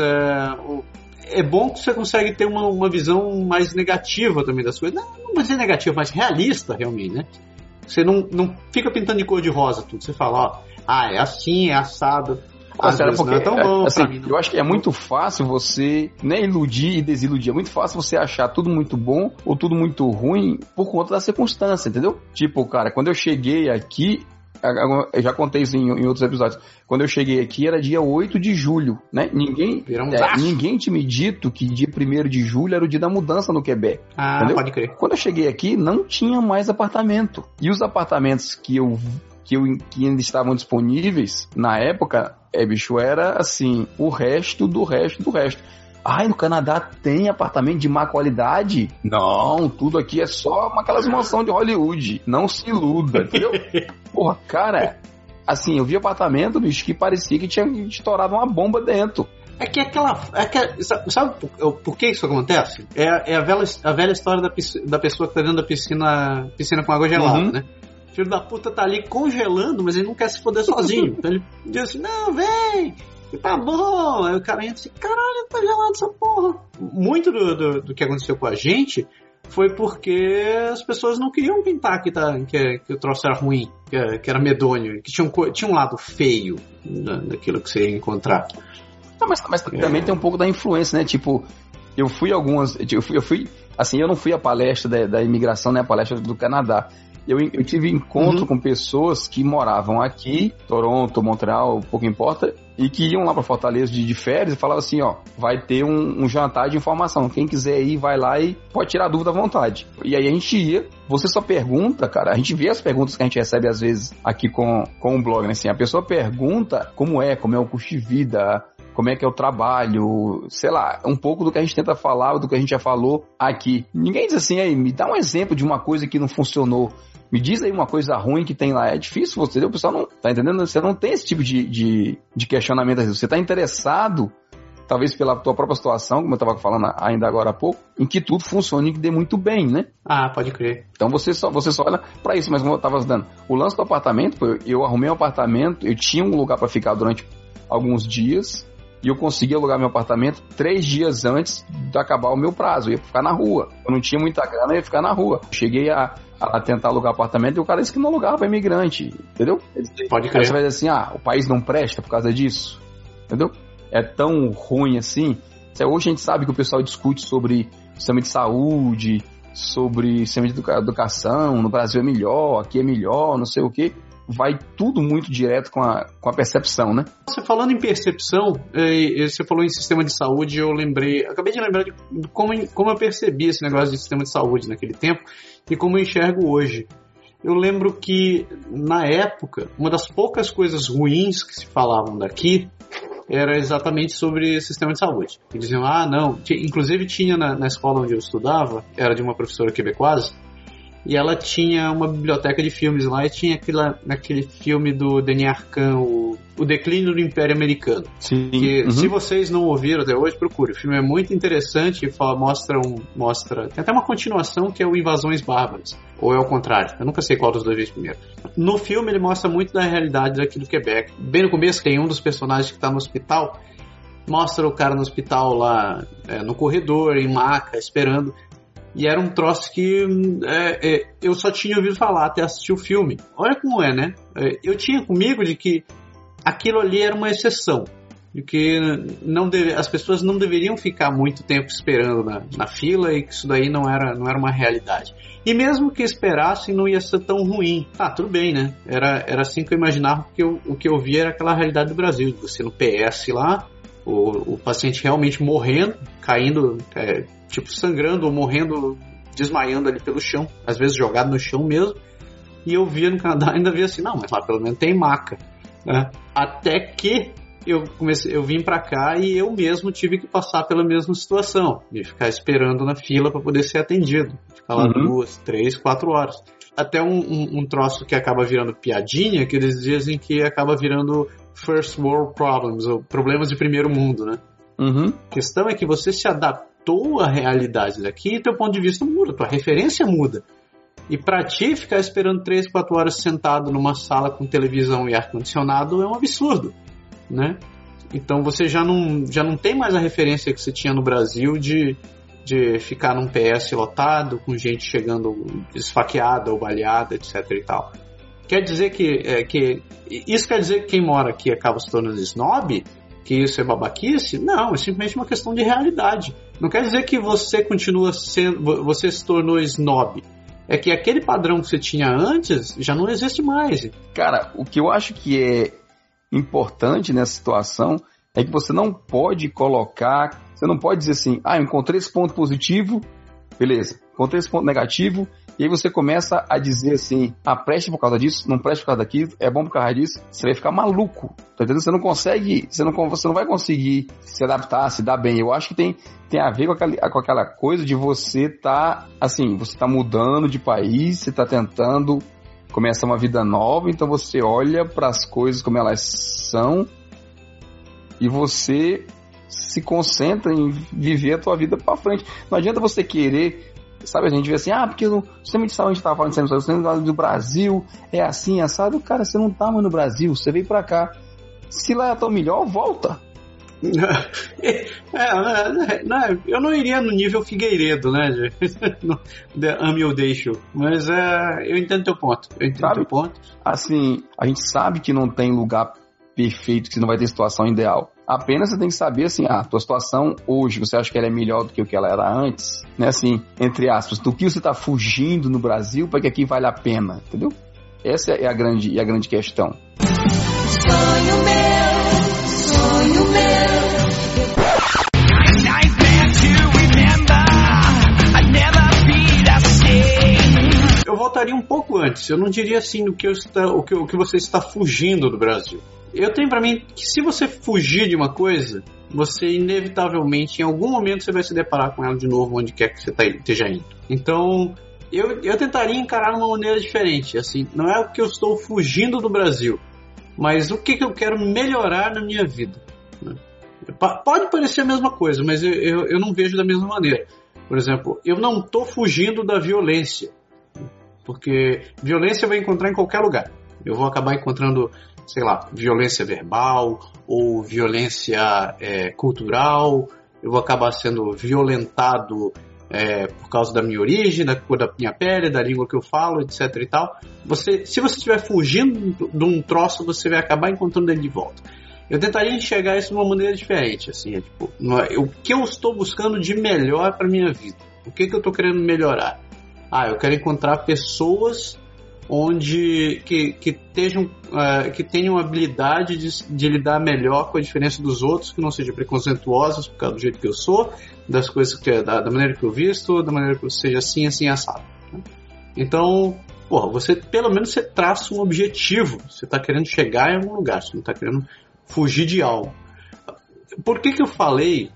é bom que você consegue ter uma visão mais negativa também das coisas. Não vou dizer negativa, mas realista, realmente, né? Você não fica pintando de cor de rosa tudo. Você fala, é assim, é assado. Às vezes não é tão bom
assim,
pra mim.
Eu acho que é muito fácil você iludir e desiludir. É muito fácil você achar tudo muito bom ou tudo muito ruim por conta da circunstância, entendeu? Tipo, cara, quando eu cheguei aqui, eu já contei isso em outros episódios. Quando eu cheguei aqui era dia 8 de julho, né? Ninguém tinha me dito que dia 1º de julho era o dia da mudança no Quebec. Entendeu?
Pode crer.
Quando eu cheguei aqui, não tinha mais apartamento. E os apartamentos que ainda estavam disponíveis na época, bicho, era assim, o resto do resto do resto. No Canadá tem apartamento de má qualidade? Não, tudo aqui é só aquelas mansões de Hollywood. Não se iluda, entendeu? Porra, cara, assim, eu vi apartamento, bicho, que parecia que tinha estourado uma bomba dentro.
Sabe por que isso acontece? É a velha história da pessoa que tá dentro da piscina com água gelada, né? O filho da puta tá ali congelando, mas ele não quer se foder sozinho. Então ele diz assim, não, vem, tá bom. Aí o cara entra assim, caralho, tá gelado essa porra. Muito do que aconteceu com a gente foi porque as pessoas não queriam pintar que o troço era ruim, que era medonho, que tinha um lado feio daquilo que você ia encontrar.
Mas também tem um pouco da influência, né? Tipo, eu fui assim, eu não fui à palestra da imigração, né? A palestra do Canadá. Eu tive encontro com pessoas que moravam aqui, Toronto, Montreal, pouco importa, e que iam lá pra Fortaleza de férias e falavam assim, vai ter um jantar de informação. Quem quiser ir, vai lá e pode tirar dúvida à vontade. E aí a gente ia, você só pergunta, cara, a gente vê as perguntas que a gente recebe às vezes aqui com o blog, né? Assim, a pessoa pergunta como é o custo de vida, como é que é o trabalho, sei lá, um pouco do que a gente tenta falar, do que a gente já falou aqui. Ninguém diz assim, me dá um exemplo de uma coisa que não funcionou. Me diz aí uma coisa ruim que tem lá. É difícil você, entendeu? O pessoal não tá entendendo? Você não tem esse tipo de questionamento. Você tá interessado talvez pela tua própria situação, como eu estava falando ainda agora há pouco, em que tudo funcione e que dê muito bem, né?
Ah, pode crer.
Então você só olha para isso, mas como eu estava dando, o lance do apartamento, eu arrumei um apartamento, eu tinha um lugar para ficar durante alguns dias, e eu consegui alugar meu apartamento 3 dias antes de acabar o meu prazo. Eu ia ficar na rua. Eu não tinha muita grana, eu ia ficar na rua. Cheguei a tentar alugar apartamento e o cara disse que não alugava para imigrante, entendeu?
Pode crer.
Aí você vai dizer assim, o país não presta por causa disso, entendeu? É tão ruim assim. Hoje a gente sabe que o pessoal discute sobre sistema de saúde, sobre sistema de educação, no Brasil é melhor, aqui é melhor, não sei o quê. Vai tudo muito direto com a percepção, né?
Você falando em percepção, você falou em sistema de saúde, acabei de lembrar de como eu percebi esse negócio de sistema de saúde naquele tempo e como eu enxergo hoje. Eu lembro que, na época, uma das poucas coisas ruins que se falavam daqui era exatamente sobre sistema de saúde. E diziam, não, inclusive tinha na escola onde eu estudava, era de uma professora quebecoise, e ela tinha uma biblioteca de filmes lá e tinha aquele filme do Denis Arcand, o Declínio do Império Americano.
Sim.
Que, se vocês não ouviram até hoje, procure. O filme é muito interessante e mostra... Tem até uma continuação que é o Invasões Bárbaras. Ou é o contrário. Eu nunca sei qual dos dois veio primeiro. No filme ele mostra muito da realidade daqui do Quebec. Bem no começo tem um dos personagens que está no hospital. Mostra o cara no hospital lá, no corredor, em maca, esperando. E era um troço que eu só tinha ouvido falar até assistir o filme. Olha como é, né? Eu tinha comigo de que aquilo ali era uma exceção. De que as pessoas não deveriam ficar muito tempo esperando na fila e que isso daí não era uma realidade. E mesmo que esperassem, não ia ser tão ruim. Tudo bem, né? Era assim que eu imaginava, porque o que eu via era aquela realidade do Brasil. Você no PS lá, o paciente realmente morrendo, caindo... tipo sangrando ou morrendo, desmaiando ali pelo chão, às vezes jogado no chão mesmo. E eu via no Canadá, ainda via assim, não, mas lá pelo menos tem maca, né? Até que eu vim pra cá e eu mesmo tive que passar pela mesma situação, de ficar esperando na fila para poder ser atendido, ficar lá 2, 3, 4 horas. Até um troço que acaba virando piadinha, que eles dizem que acaba virando first world problems, ou problemas de primeiro mundo, né? A questão é que você se adaptou à realidade daqui e teu ponto de vista muda, tua referência muda. E pra ti, ficar esperando 3, 4 horas sentado numa sala com televisão e ar-condicionado é um absurdo, né? Então você já não tem mais a referência que você tinha no Brasil de ficar num PS lotado, com gente chegando esfaqueada ou baleada, etc e tal. Quer dizer isso quer dizer que quem mora aqui acaba se tornando snob? Que isso é babaquice? Não, é simplesmente uma questão de realidade. Não quer dizer que você você se tornou snob. É que aquele padrão que você tinha antes já não existe mais.
Cara, o que eu acho que é importante nessa situação é que você não pode você não pode dizer assim, eu encontrei esse ponto positivo, beleza, encontrei esse ponto negativo, e aí você começa a dizer assim, preste por causa disso, não preste por causa daquilo, é bom por causa disso, você vai ficar maluco, tá entendendo? Você não vai conseguir se adaptar, se dar bem. Eu acho que tem a ver com aquela coisa de você tá mudando de país, você tá tentando começar uma vida nova, então você olha para as coisas como elas são e você se concentra em viver a tua vida para frente. Não adianta você querer, sabe, a gente vê assim, porque o sistema de saúde, a gente tava falando do sistema de saúde do Brasil é assim, assado. Cara, você não tá mais no Brasil, você veio pra cá. Se lá é tão melhor, volta.
Eu não iria no nível Figueiredo, né? Ame ou deixo. Mas eu entendo teu ponto.
Assim, a gente sabe que não tem lugar perfeito, que você não vai ter situação ideal. Apenas você tem que saber, assim, a tua situação hoje, você acha que ela é melhor do que o que ela era antes? Né? Assim, entre aspas, do que você tá fugindo no Brasil para que aqui vale a pena, entendeu? Essa é a grande questão.
Sonho meu.
Eu voltaria um pouco antes. Eu não diria assim o que você está fugindo do Brasil. Eu tenho pra mim que se você fugir de uma coisa, você inevitavelmente, em algum momento, você vai se deparar com ela de novo onde quer que você esteja indo. Então, eu tentaria encarar de uma maneira diferente. Assim, não é o que eu estou fugindo do Brasil, mas o que eu quero melhorar na minha vida. Pode parecer a mesma coisa, mas eu não vejo da mesma maneira. Por exemplo, eu não estou fugindo da violência, porque violência eu vou encontrar em qualquer lugar. Eu vou acabar encontrando, sei lá, violência verbal ou violência cultural. Eu vou acabar sendo violentado por causa da minha origem, da cor da minha pele, da língua que eu falo, etc e tal. Se você estiver fugindo de um troço, você vai acabar encontrando ele de volta. Eu tentaria enxergar isso de uma maneira diferente, assim, o que eu estou buscando de melhor para minha vida? O que eu estou querendo melhorar? Eu quero encontrar pessoas que tenham habilidade de lidar melhor com a diferença dos outros, que não sejam preconceituosas por causa do jeito que eu sou, das coisas da maneira que eu visto, da maneira que eu seja assim, assado. Né? Então, pelo menos você traça um objetivo. Você está querendo chegar em algum lugar, você não está querendo fugir de algo. Por que eu falei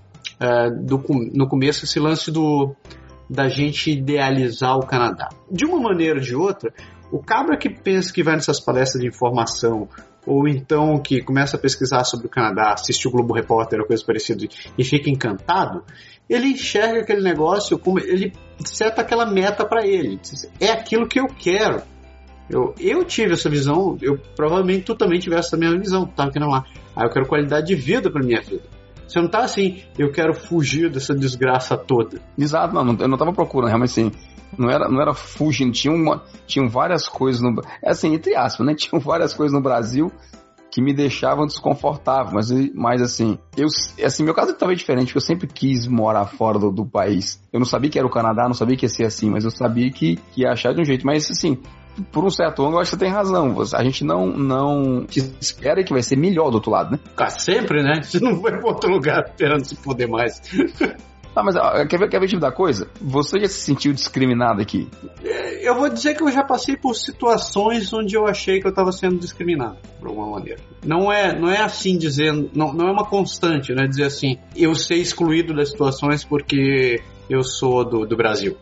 no começo esse lance da gente idealizar o Canadá? De uma maneira ou de outra, o cabra que pensa que vai nessas palestras de informação, ou então que começa a pesquisar sobre o Canadá, assiste o Globo Repórter ou coisa parecida e fica encantado, ele enxerga aquele negócio, ele seta aquela meta para ele. É aquilo que eu quero. Eu tive essa visão, provavelmente tu também tivesse essa mesma visão, tu estava querendo lá. Eu quero qualidade de vida para minha vida. Você não tá assim, eu quero fugir dessa desgraça toda.
Exato, eu não tava procurando, realmente assim, não era fugindo, tinham várias coisas entre aspas, né, tinham várias coisas no Brasil que me deixavam desconfortável, mas assim, meu caso é talvez diferente, porque eu sempre quis morar fora do país. Eu não sabia que era o Canadá, não sabia que ia ser assim, mas eu sabia que ia achar de um jeito, mas assim, por um certo ângulo, eu acho que você tem razão. A gente não espera que vai ser melhor do outro lado, né?
Sempre, né? Você não vai para outro lugar esperando se poder mais.
Mas quer ver o tipo da coisa? Você já se sentiu discriminado aqui?
Eu vou dizer que eu já passei por situações onde eu achei que eu estava sendo discriminado, de alguma maneira. Não é assim dizendo, não é uma constante, né? Dizer assim, eu ser excluído das situações porque eu sou do Brasil.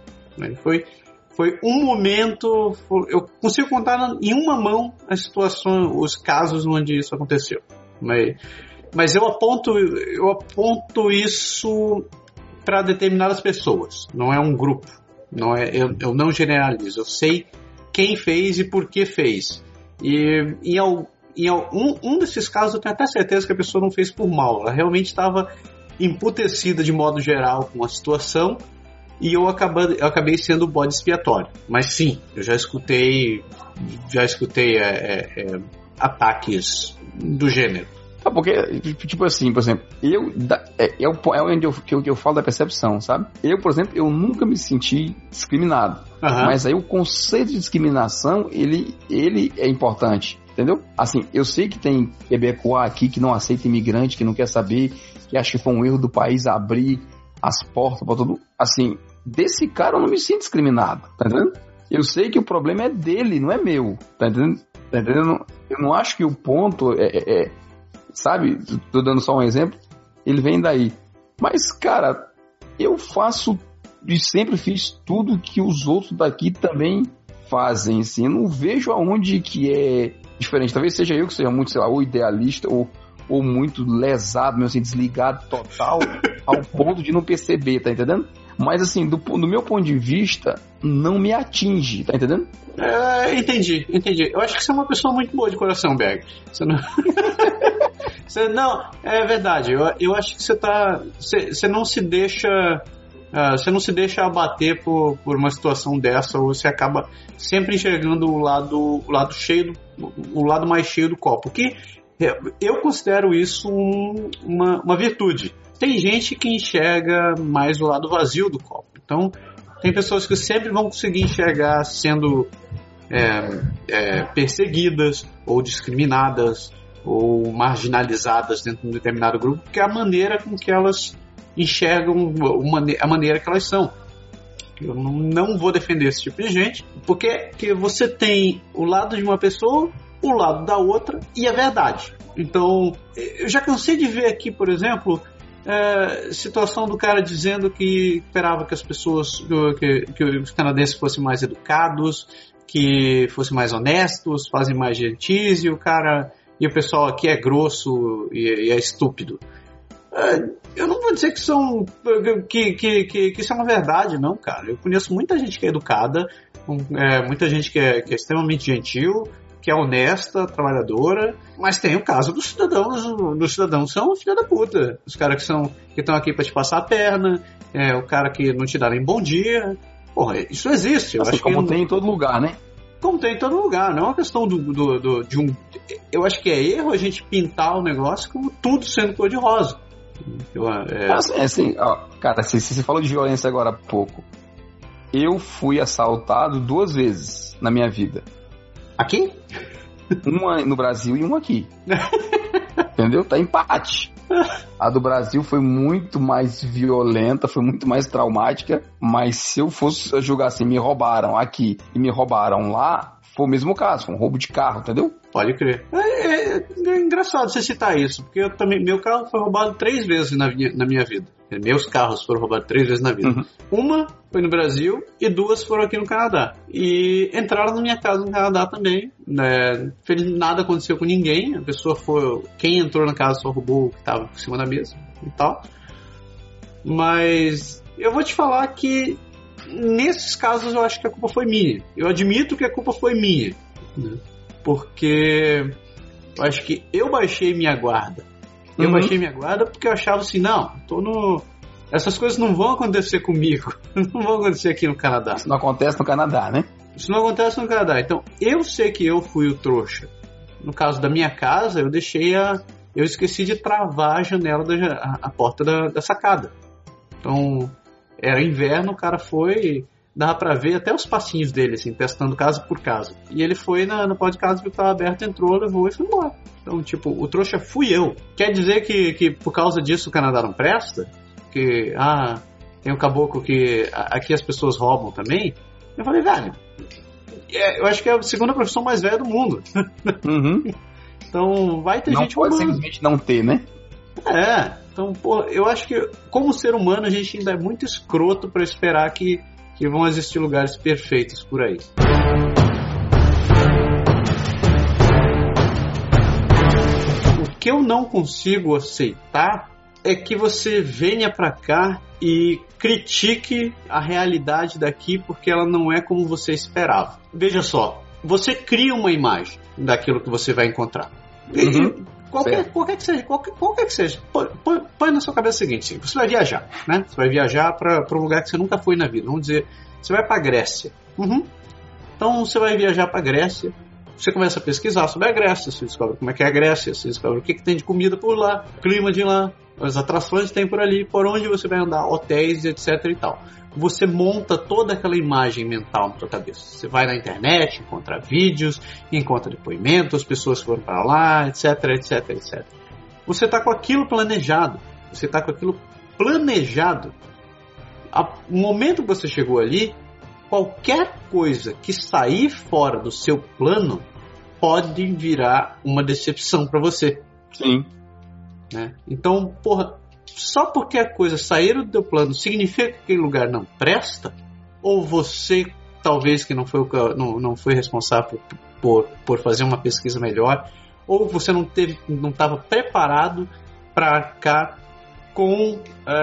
Foi um momento, eu consigo contar em uma mão as situações, os casos onde isso aconteceu. Mas eu aponto isso para determinadas pessoas, não é um grupo. Eu não generalizo, eu sei quem fez e por que fez. E em um desses casos eu tenho até certeza que a pessoa não fez por mal, ela realmente estava emputecida de modo geral com a situação. E eu acabei sendo o bode expiatório. Mas sim, eu já escutei ataques do gênero.
Porque, tipo assim, por exemplo, onde eu falo da percepção, sabe? Por exemplo, eu nunca me senti discriminado. Uhum. Mas aí o conceito de discriminação, ele é importante, entendeu? Assim, eu sei que tem quebecois aqui que não aceita imigrante, que não quer saber, que acha que foi um erro do país abrir as portas para todo. Assim, desse cara eu não me sinto discriminado, tá entendendo? Eu sei que o problema é dele, não é meu, tá entendendo? Eu não acho que o ponto sabe, tô dando só um exemplo, ele vem daí. Mas, cara, eu faço e sempre fiz tudo que os outros daqui também fazem, assim, eu não vejo aonde que é diferente. Talvez seja eu que seja muito, sei lá, ou idealista, ou muito lesado, mesmo assim, desligado total, ao ponto de não perceber, tá entendendo? Mas assim, do meu ponto de vista, não me atinge, tá entendendo?
Entendi. Eu acho que você é uma pessoa muito boa de coração, Berg. Não, é verdade. Eu acho que você não se deixa abater por uma situação dessa, ou você acaba sempre enxergando o lado cheio, o lado mais cheio do copo. Que eu considero isso uma virtude. Tem gente que enxerga mais o lado vazio do copo. Então, tem pessoas que sempre vão conseguir enxergar sendo perseguidas ou discriminadas ou marginalizadas dentro de um determinado grupo, que é a maneira com que elas enxergam, a maneira que elas são. Eu não vou defender esse tipo de gente, porque você tem o lado de uma pessoa, o lado da outra e a verdade. Então, eu já cansei de ver aqui, por exemplo, situação do cara dizendo que esperava que as pessoas, que os canadenses fossem mais educados, que fossem mais honestos, fazem mais gentis, e o pessoal aqui é grosso e é estúpido. Eu não vou dizer que são que isso é uma verdade, não, cara. Eu conheço muita gente que é educada, muita gente que é extremamente gentil, que é honesta, trabalhadora, mas tem o caso dos cidadãos são filha da puta. Os caras que estão aqui pra te passar a perna, o cara que não te dá nem bom dia. Porra, isso existe. Eu
assim,
acho
como
que
tem em todo lugar, né?
Como tem em todo lugar, não é uma questão de um... Eu acho que é erro a gente pintar o negócio como tudo sendo cor-de-rosa.
Assim, cara, você falou de violência agora há pouco. Eu fui assaltado 2 vezes na minha vida.
Aqui?
Uma no Brasil e uma aqui. Entendeu? Tá empate. A do Brasil foi muito mais violenta, foi muito mais traumática, mas se eu fosse julgar assim, me roubaram aqui e me roubaram lá, foi o mesmo caso, foi um roubo de carro, entendeu?
Pode crer. É engraçado você citar isso, porque meu carro foi roubado 3 vezes na minha vida. Meus carros foram roubados 3 vezes na vida.
Uhum.
Uma foi no Brasil e 2 foram aqui no Canadá. E entraram na minha casa no Canadá também. Nada aconteceu com ninguém. A pessoa quem entrou na casa só roubou o que estava por cima da mesa e tal. Mas eu vou te falar que nesses casos eu acho que a culpa foi minha. Eu admito que a culpa foi minha. Porque eu acho que eu baixei minha guarda. Eu baixei minha guarda porque eu achava assim, essas coisas não vão acontecer comigo. Não vão acontecer aqui no Canadá.
Isso não acontece no Canadá, né?
Isso não acontece no Canadá. Então, eu sei que eu fui o trouxa. No caso da minha casa, eu esqueci de travar a janela, a porta da sacada. Então, era inverno, o cara foi... Dava pra ver até os passinhos dele, assim, testando casa por casa. E ele foi na porta de casa que estava aberta, entrou, levou e foi embora. Então, tipo, o trouxa fui eu. Quer dizer que por causa disso o Canadá não presta? Que, tem um caboclo que aqui as pessoas roubam também? Eu falei, velho, eu acho que é a segunda profissão mais velha do mundo.
Uhum.
Então, vai ter gente roubando.
Não pode simplesmente não ter, né?
Então, pô, eu acho que como ser humano a gente ainda é muito escroto pra esperar que vão existir lugares perfeitos por aí. O que eu não consigo aceitar é que você venha pra cá e critique a realidade daqui porque ela não é como você esperava. Veja só, você cria uma imagem daquilo que você vai encontrar.
Uhum.
Qualquer que seja. Põe na sua cabeça o seguinte: você vai viajar, né? Você vai viajar para um lugar que você nunca foi na vida. Vamos dizer, você vai para a Grécia. Uhum. Então você vai viajar para a Grécia. Você começa a pesquisar sobre a Grécia. Você descobre como é que é a Grécia. Você descobre o que tem de comida por lá, o clima de lá, as atrações que tem por ali, por onde você vai andar, hotéis, etc. e tal. Você monta toda aquela imagem mental na sua cabeça. Você vai na internet, encontra vídeos, encontra depoimentos, pessoas que foram para lá, etc, etc, etc. Você está com aquilo planejado. No momento que você chegou ali, qualquer coisa que sair fora do seu plano pode virar uma decepção para você.
Sim.
Né? Então, só porque a coisa sair do teu plano significa que aquele lugar não presta? Ou você, talvez, que não foi responsável por fazer uma pesquisa melhor, ou você não estava preparado para arcar com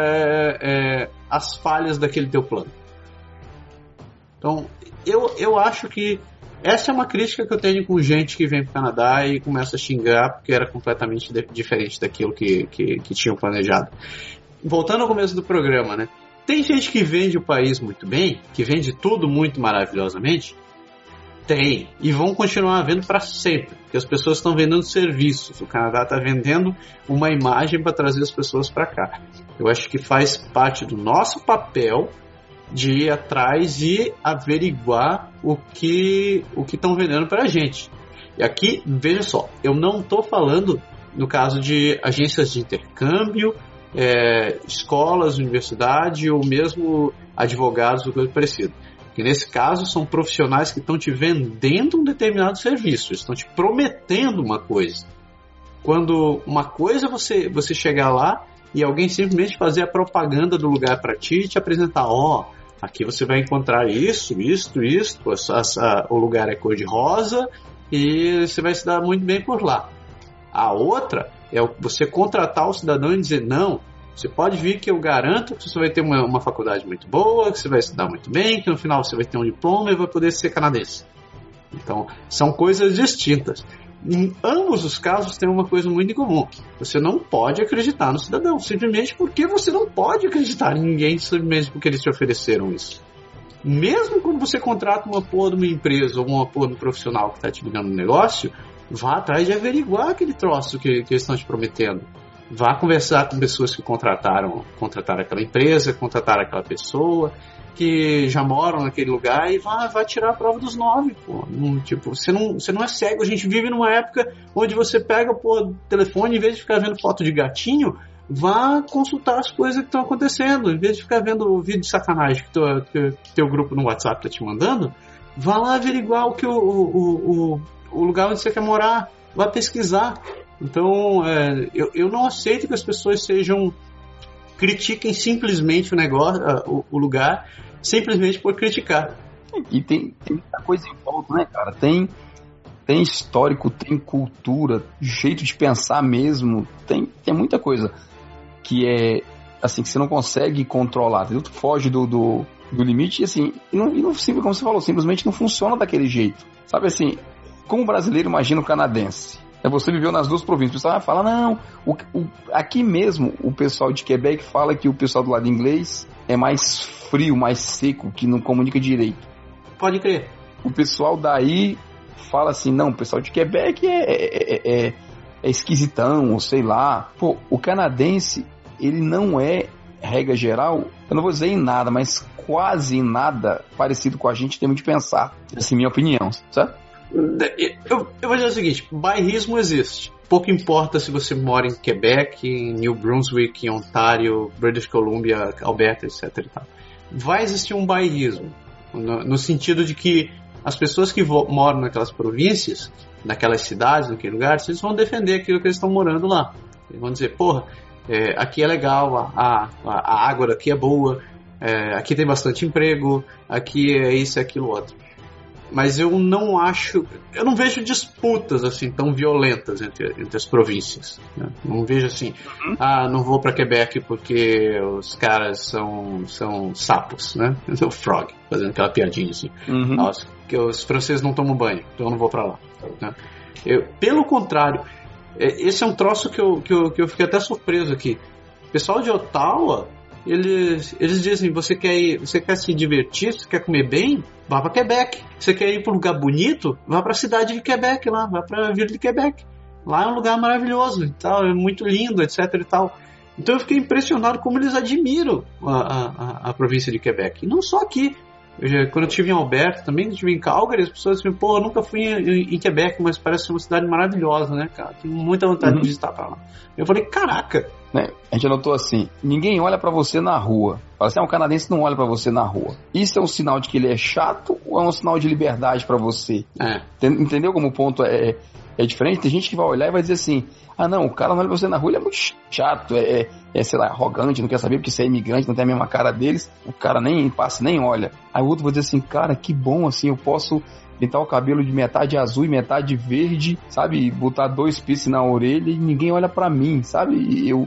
as falhas daquele teu plano. Então, eu acho que essa é uma crítica que eu tenho com gente que vem para o Canadá e começa a xingar porque era completamente diferente daquilo que tinham planejado. Voltando ao começo do programa, né? Tem gente que vende o país muito bem, que vende tudo muito maravilhosamente. Tem. E vão continuar vendo para sempre. Porque as pessoas estão vendendo serviços. O Canadá está vendendo uma imagem para trazer as pessoas para cá. Eu acho que faz parte do nosso papel de ir atrás e averiguar o que estão vendendo para a gente. E aqui, veja só, eu não estou falando no caso de agências de intercâmbio, escolas, universidade ou mesmo advogados ou coisa parecida. Porque nesse caso são profissionais que estão te vendendo um determinado serviço, estão te prometendo uma coisa. Quando uma coisa você chegar lá e alguém simplesmente fazer a propaganda do lugar para ti e te apresentar, aqui você vai encontrar isso, o lugar é cor de rosa e você vai se dar muito bem por lá. A outra É você contratar o cidadão e dizer, não, você pode vir que eu garanto que você vai ter uma faculdade muito boa, que você vai estudar muito bem, que no final você vai ter um diploma e vai poder ser canadense. Então, são coisas distintas. Em ambos os casos tem uma coisa muito em comum. Você não pode acreditar no cidadão, simplesmente porque você não pode acreditar em ninguém, simplesmente porque eles te ofereceram isso. Mesmo quando você contrata uma porra de uma empresa ou uma porra de um profissional que está te ligando no negócio, vá atrás de averiguar aquele troço que eles estão te prometendo. Vá conversar com pessoas que contrataram aquela empresa, contrataram aquela pessoa, que já moram naquele lugar, e vai tirar a prova dos 9, pô. Tipo, você não é cego. A gente vive numa época onde você pega o telefone, em vez de ficar vendo foto de gatinho, vá consultar as coisas que estão acontecendo. Em vez de ficar vendo o vídeo de sacanagem que teu grupo no WhatsApp está te mandando, vá lá averiguar o lugar onde você quer morar. Vá pesquisar. Então, eu não aceito que as pessoas critiquem simplesmente o negócio, o lugar, simplesmente por criticar.
E tem muita coisa em volta, né, cara? Tem histórico, tem cultura, jeito de pensar mesmo, tem muita coisa que é assim, que você não consegue controlar, entendeu? Tu foge do limite, e assim, como você falou, simplesmente não funciona daquele jeito. Sabe assim, como brasileiro, imagina o canadense. Você viveu nas duas províncias. O pessoal vai falar, não, aqui mesmo o pessoal de Quebec fala que o pessoal do lado inglês é mais frio, mais seco, que não comunica direito.
Pode crer.
O pessoal daí fala assim, não, o pessoal de Quebec é esquisitão, ou sei lá. Pô, o canadense, ele não é, regra geral, eu não vou dizer em nada, mas quase em nada parecido com a gente em termos de pensar. Essa é a minha opinião, sabe?
Eu vou dizer o seguinte, bairrismo existe. Pouco importa se você mora em Quebec, em New Brunswick, em Ontário, British Columbia, Alberta, etc. E tal. Vai existir um bairrismo, no sentido de que as pessoas que moram naquelas províncias, naquelas cidades, naquele lugar, eles vão defender aquilo que eles estão morando lá. Eles vão dizer, porra, aqui é legal, a água daqui é boa, aqui tem bastante emprego, aqui é isso e aquilo outro. Mas eu não vejo disputas assim tão violentas entre as províncias, né? Não vejo assim, não vou para Quebec porque os caras são sapos, né? O Frog, fazendo aquela piadinha assim. Nossa, que os franceses não tomam banho, então eu não vou para lá, né? Pelo contrário, esse é um troço que eu fiquei até surpreso aqui. O pessoal de Ottawa, eles dizem, você quer se divertir, você quer comer bem, vá para Quebec. Você quer ir para um lugar bonito, vá para a cidade de Quebec lá, vá para a vila de Quebec. Lá é um lugar maravilhoso e tal, é muito lindo, etc e tal. Então eu fiquei impressionado como eles admiram a província de Quebec. E não só aqui. Quando eu estive em Alberta, também estive em Calgary, as pessoas dizem, pô, eu nunca fui em Quebec, mas parece ser uma cidade maravilhosa, né, cara? Tenho muita vontade de visitar pra lá. Eu falei, caraca!
Né? A gente anotou assim, ninguém olha pra você na rua. Fala assim, um canadense não olha pra você na rua. Isso é um sinal de que ele é chato ou é um sinal de liberdade pra você? Entendeu como o ponto é diferente? Tem gente que vai olhar e vai dizer assim, não, o cara não olha pra você na rua, ele é muito chato, sei lá, arrogante, não quer saber porque você é imigrante, não tem a mesma cara deles, o cara nem passa, nem olha. Aí o outro vai dizer assim, cara, que bom, assim, eu posso pintar o cabelo de metade azul e metade verde, sabe, botar 2 piercing na orelha e ninguém olha pra mim, sabe, eu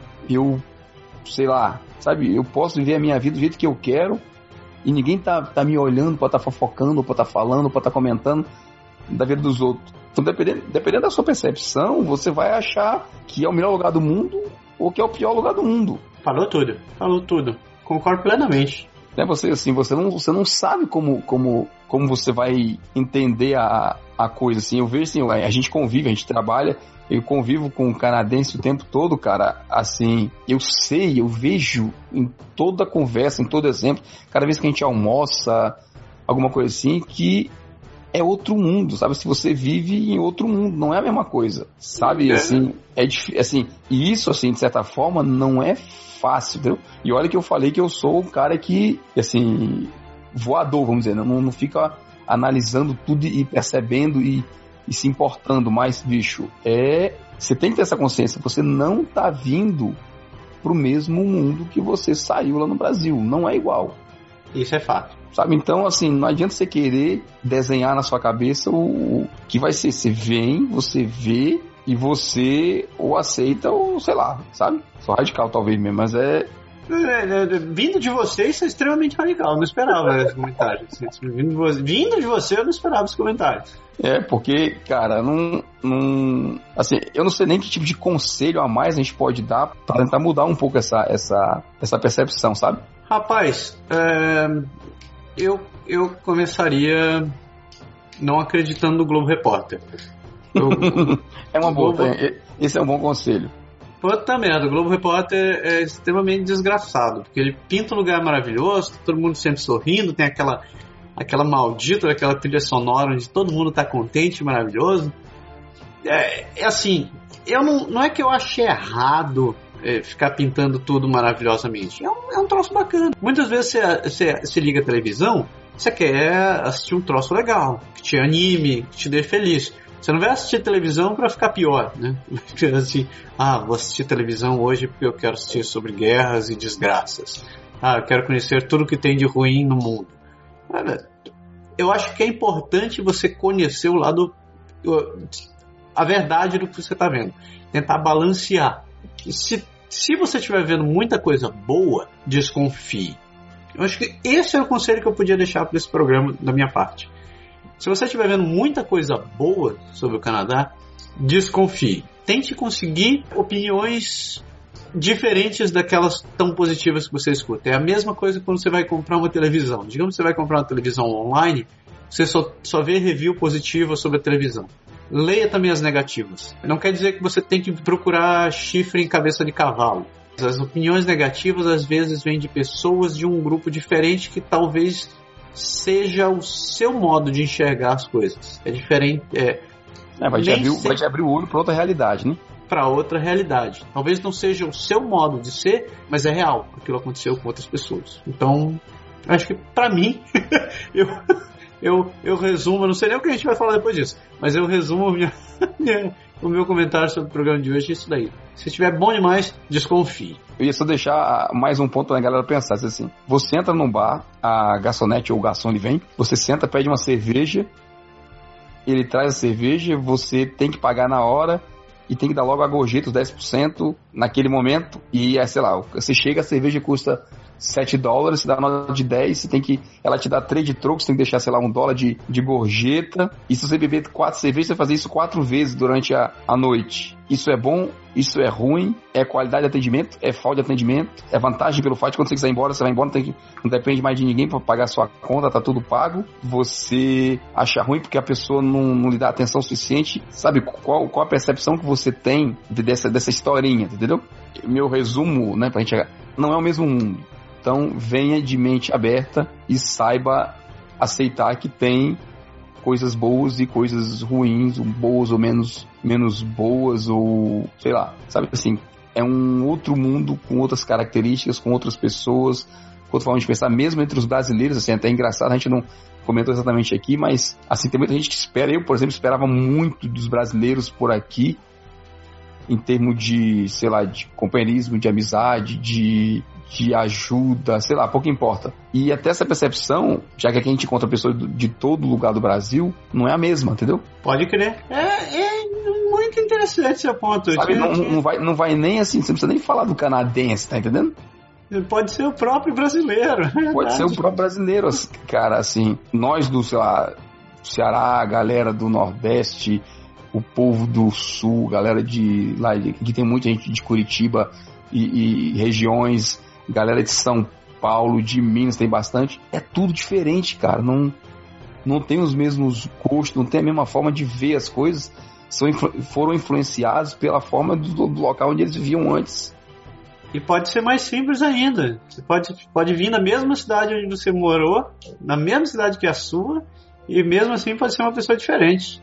sei lá, sabe, eu posso viver a minha vida do jeito que eu quero e ninguém tá me olhando pra tá fofocando, pra tá falando, pra tá comentando da vida dos outros. Então, dependendo da sua percepção, você vai achar que é o melhor lugar do mundo ou que é o pior lugar do mundo. Falou tudo. Concordo plenamente. Você não sabe como você vai entender a coisa, assim. Eu vejo, assim, a gente convive, a gente trabalha, eu convivo com um canadense o tempo todo, cara, assim, eu vejo em toda conversa, em todo exemplo, cada vez que a gente almoça, alguma coisa assim, que é outro mundo, sabe? Se você vive em outro mundo, não é a mesma coisa, sabe? Assim, é difícil, assim, e isso, assim, de certa forma, não é fácil, entendeu? E olha que eu falei que eu sou um cara que, assim, voador, vamos dizer, não fica analisando tudo e percebendo e se importando, mas, bicho, você tem que ter essa consciência, você não tá vindo pro mesmo mundo que você saiu lá no Brasil, não é igual.
Isso é fato.
Sabe, então, assim, não adianta você querer desenhar na sua cabeça o que vai ser. Você vem, você vê, e você ou aceita ou, sei lá, sabe? Sou radical talvez mesmo, mas
Vindo de você, isso é extremamente radical. Eu não esperava esse comentário. Vindo de você, eu não esperava esse comentário.
Porque, cara, assim, eu não sei nem que tipo de conselho a mais a gente pode dar pra tentar mudar um pouco essa percepção, sabe?
Rapaz, eu começaria não acreditando no Globo Repórter.
É uma boa, esse é um bom conselho.
Puta merda, o Globo Repórter é extremamente desgraçado, porque ele pinta um lugar maravilhoso, todo mundo sempre sorrindo, tem aquela maldita daquela trilha sonora onde todo mundo tá contente e maravilhoso. É assim, não é que eu achei errado ficar pintando tudo maravilhosamente, é um troço bacana. Muitas vezes você liga a televisão, você quer assistir um troço legal, que te anime, que te dê feliz. Você não vai assistir televisão pra ficar pior, né? Assim, vou assistir televisão hoje porque eu quero assistir sobre guerras e desgraças. Eu quero conhecer tudo que tem de ruim no mundo. Eu acho que é importante você conhecer o lado, a verdade do que você está vendo. Tentar balancear. E se você estiver vendo muita coisa boa, desconfie. Eu acho que esse é o conselho que eu podia deixar para esse programa da minha parte. Se você estiver vendo muita coisa boa sobre o Canadá, desconfie. Tente conseguir opiniões diferentes daquelas tão positivas que você escuta. É a mesma coisa quando você vai comprar uma televisão. Digamos que você vai comprar uma televisão online, você só vê review positiva sobre a televisão. Leia também as negativas. Não quer dizer que você tem que procurar chifre em cabeça de cavalo. As opiniões negativas às vezes vêm de pessoas de um grupo diferente que talvez seja o seu modo de enxergar as coisas. É diferente.
Vai te abrir o olho para outra realidade, né?
Para outra realidade. Talvez não seja o seu modo de ser, mas é real. Aquilo aconteceu com outras pessoas. Então, acho que para mim, eu resumo, não sei nem o que a gente vai falar depois disso, mas eu resumo o meu comentário sobre o programa de hoje, isso daí. Se estiver bom demais, desconfie.
Eu ia só deixar mais um ponto pra galera pensar, assim, você entra num bar, a garçonete ou o garçom ele vem, você senta, pede uma cerveja, ele traz a cerveja, você tem que pagar na hora e tem que dar logo a gorjeta, os 10% naquele momento, e sei lá, você chega, a cerveja custa $7, você dá nota de 10, ela te dá 3 de troco, você tem que deixar, sei lá, $1 de gorjeta, e se você beber 4 cervejas, você vai fazer isso 4 vezes durante a noite. Isso é bom, isso é ruim, é qualidade de atendimento, é falta de atendimento, é vantagem pelo fato de quando você quiser ir embora, você vai embora, não depende mais de ninguém para pagar a sua conta, tá tudo pago. Você acha ruim porque a pessoa não lhe dá atenção suficiente, sabe? Qual a percepção que você tem dessa historinha, entendeu? Meu resumo, né, pra gente chegar, não é o mesmo mundo. Então venha de mente aberta e saiba aceitar que tem coisas boas e coisas ruins, boas ou menos boas, ou sei lá, sabe assim, é um outro mundo com outras características, com outras pessoas, com outra forma de pensar, mesmo entre os brasileiros, assim, até é engraçado, a gente não comentou exatamente aqui, mas assim, tem muita gente que espera, eu por exemplo esperava muito dos brasileiros por aqui, em termos de, sei lá, de companheirismo, de amizade, de ajuda, sei lá, pouco importa. E até essa percepção, já que aqui a gente encontra pessoas de todo lugar do Brasil, não é a mesma, entendeu?
Pode crer. É muito interessante esse ponto.
Sabe, não vai nem assim, você não precisa nem falar do canadense, tá entendendo?
Pode ser o próprio brasileiro.
Pode ser o próprio brasileiro, cara, assim, nós do, sei lá, Ceará, a galera do Nordeste, o povo do Sul, galera de lá, que tem muita gente de Curitiba e regiões, galera de São Paulo, de Minas tem bastante, é tudo diferente, cara, não tem os mesmos gostos, não tem a mesma forma de ver as coisas, foram influenciados pela forma do local onde eles viviam antes.
E pode ser mais simples ainda, você pode vir na mesma cidade onde você morou, na mesma cidade que a sua, e mesmo assim pode ser uma pessoa diferente.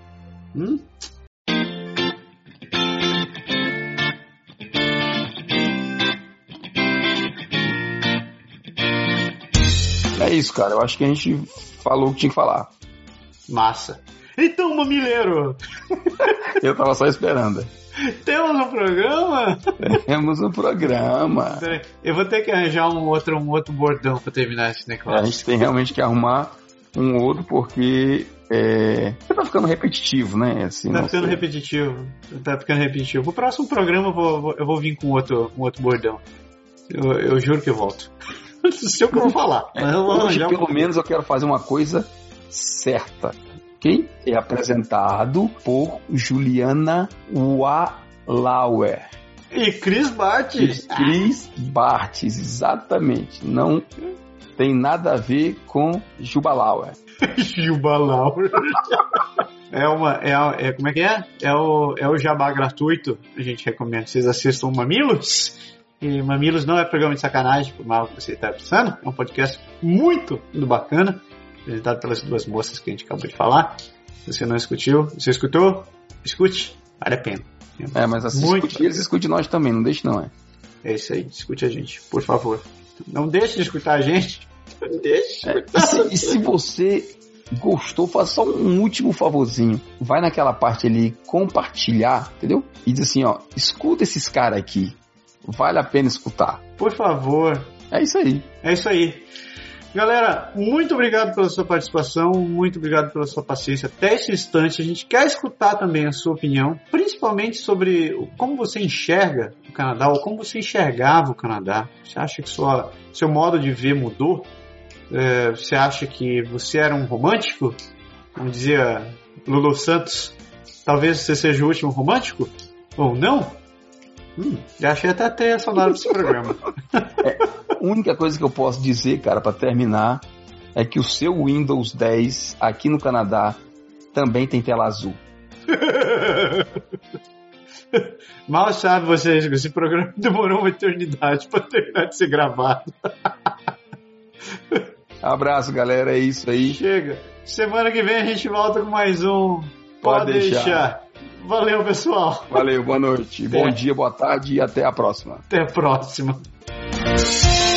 É isso, cara. Eu acho que a gente falou o que tinha que falar.
Massa. Então, mamileiro!
Eu tava só esperando.
Temos um programa?
Temos um programa.
Eu vou ter que arranjar um outro bordão pra terminar esse negócio.
A gente tem realmente que arrumar um outro, porque tá ficando repetitivo, né? Assim,
tá ficando repetitivo. O próximo programa eu vou vir com outro bordão. Eu juro que eu volto. Não sei o que eu vou falar. Mas
hoje, pelo menos, eu quero fazer uma coisa certa. Ok? É apresentado por Juliana Wallauer.
E Chris Bartz.
Chris Bartz, exatamente. Não tem nada a ver com Juba Lauer.
Juba Lauer. Como é que é? É o jabá gratuito. A gente recomenda que vocês assistam Mamilos. E Mamilos não é programa de sacanagem, por mal que você está pensando. É um podcast muito bacana, apresentado pelas duas moças que a gente acabou de falar. Se você não escutou, escute. Vale a pena.
Mas assim, escute nós também, não deixe não.
É isso aí, escute a gente, por favor. Não deixe de escutar a gente.
E se você gostou, faça só um último favorzinho. Vai naquela parte ali, compartilhar, entendeu? E diz assim, escuta esses caras aqui. Vale a pena escutar.
Por favor.
É isso aí.
Galera, muito obrigado pela sua participação, muito obrigado pela sua paciência até esse instante. A gente quer escutar também a sua opinião, principalmente sobre como você enxerga o Canadá, ou como você enxergava o Canadá. Você acha que seu modo de ver mudou? Você acha que você era um romântico? Como dizia Lulu Santos, talvez você seja o último romântico? Ou não? Já achei até a trilha sonora desse programa.
A única coisa que eu posso dizer, cara, pra terminar, é que o seu Windows 10 aqui no Canadá também tem tela azul.
Mal sabe vocês que esse programa demorou uma eternidade pra terminar de ser gravado.
Abraço, galera, é isso aí.
Chega. Semana que vem a gente volta com mais um Pode deixar. Valeu, pessoal.
Valeu, boa noite. Bom dia, boa tarde e até a próxima.
Até a próxima.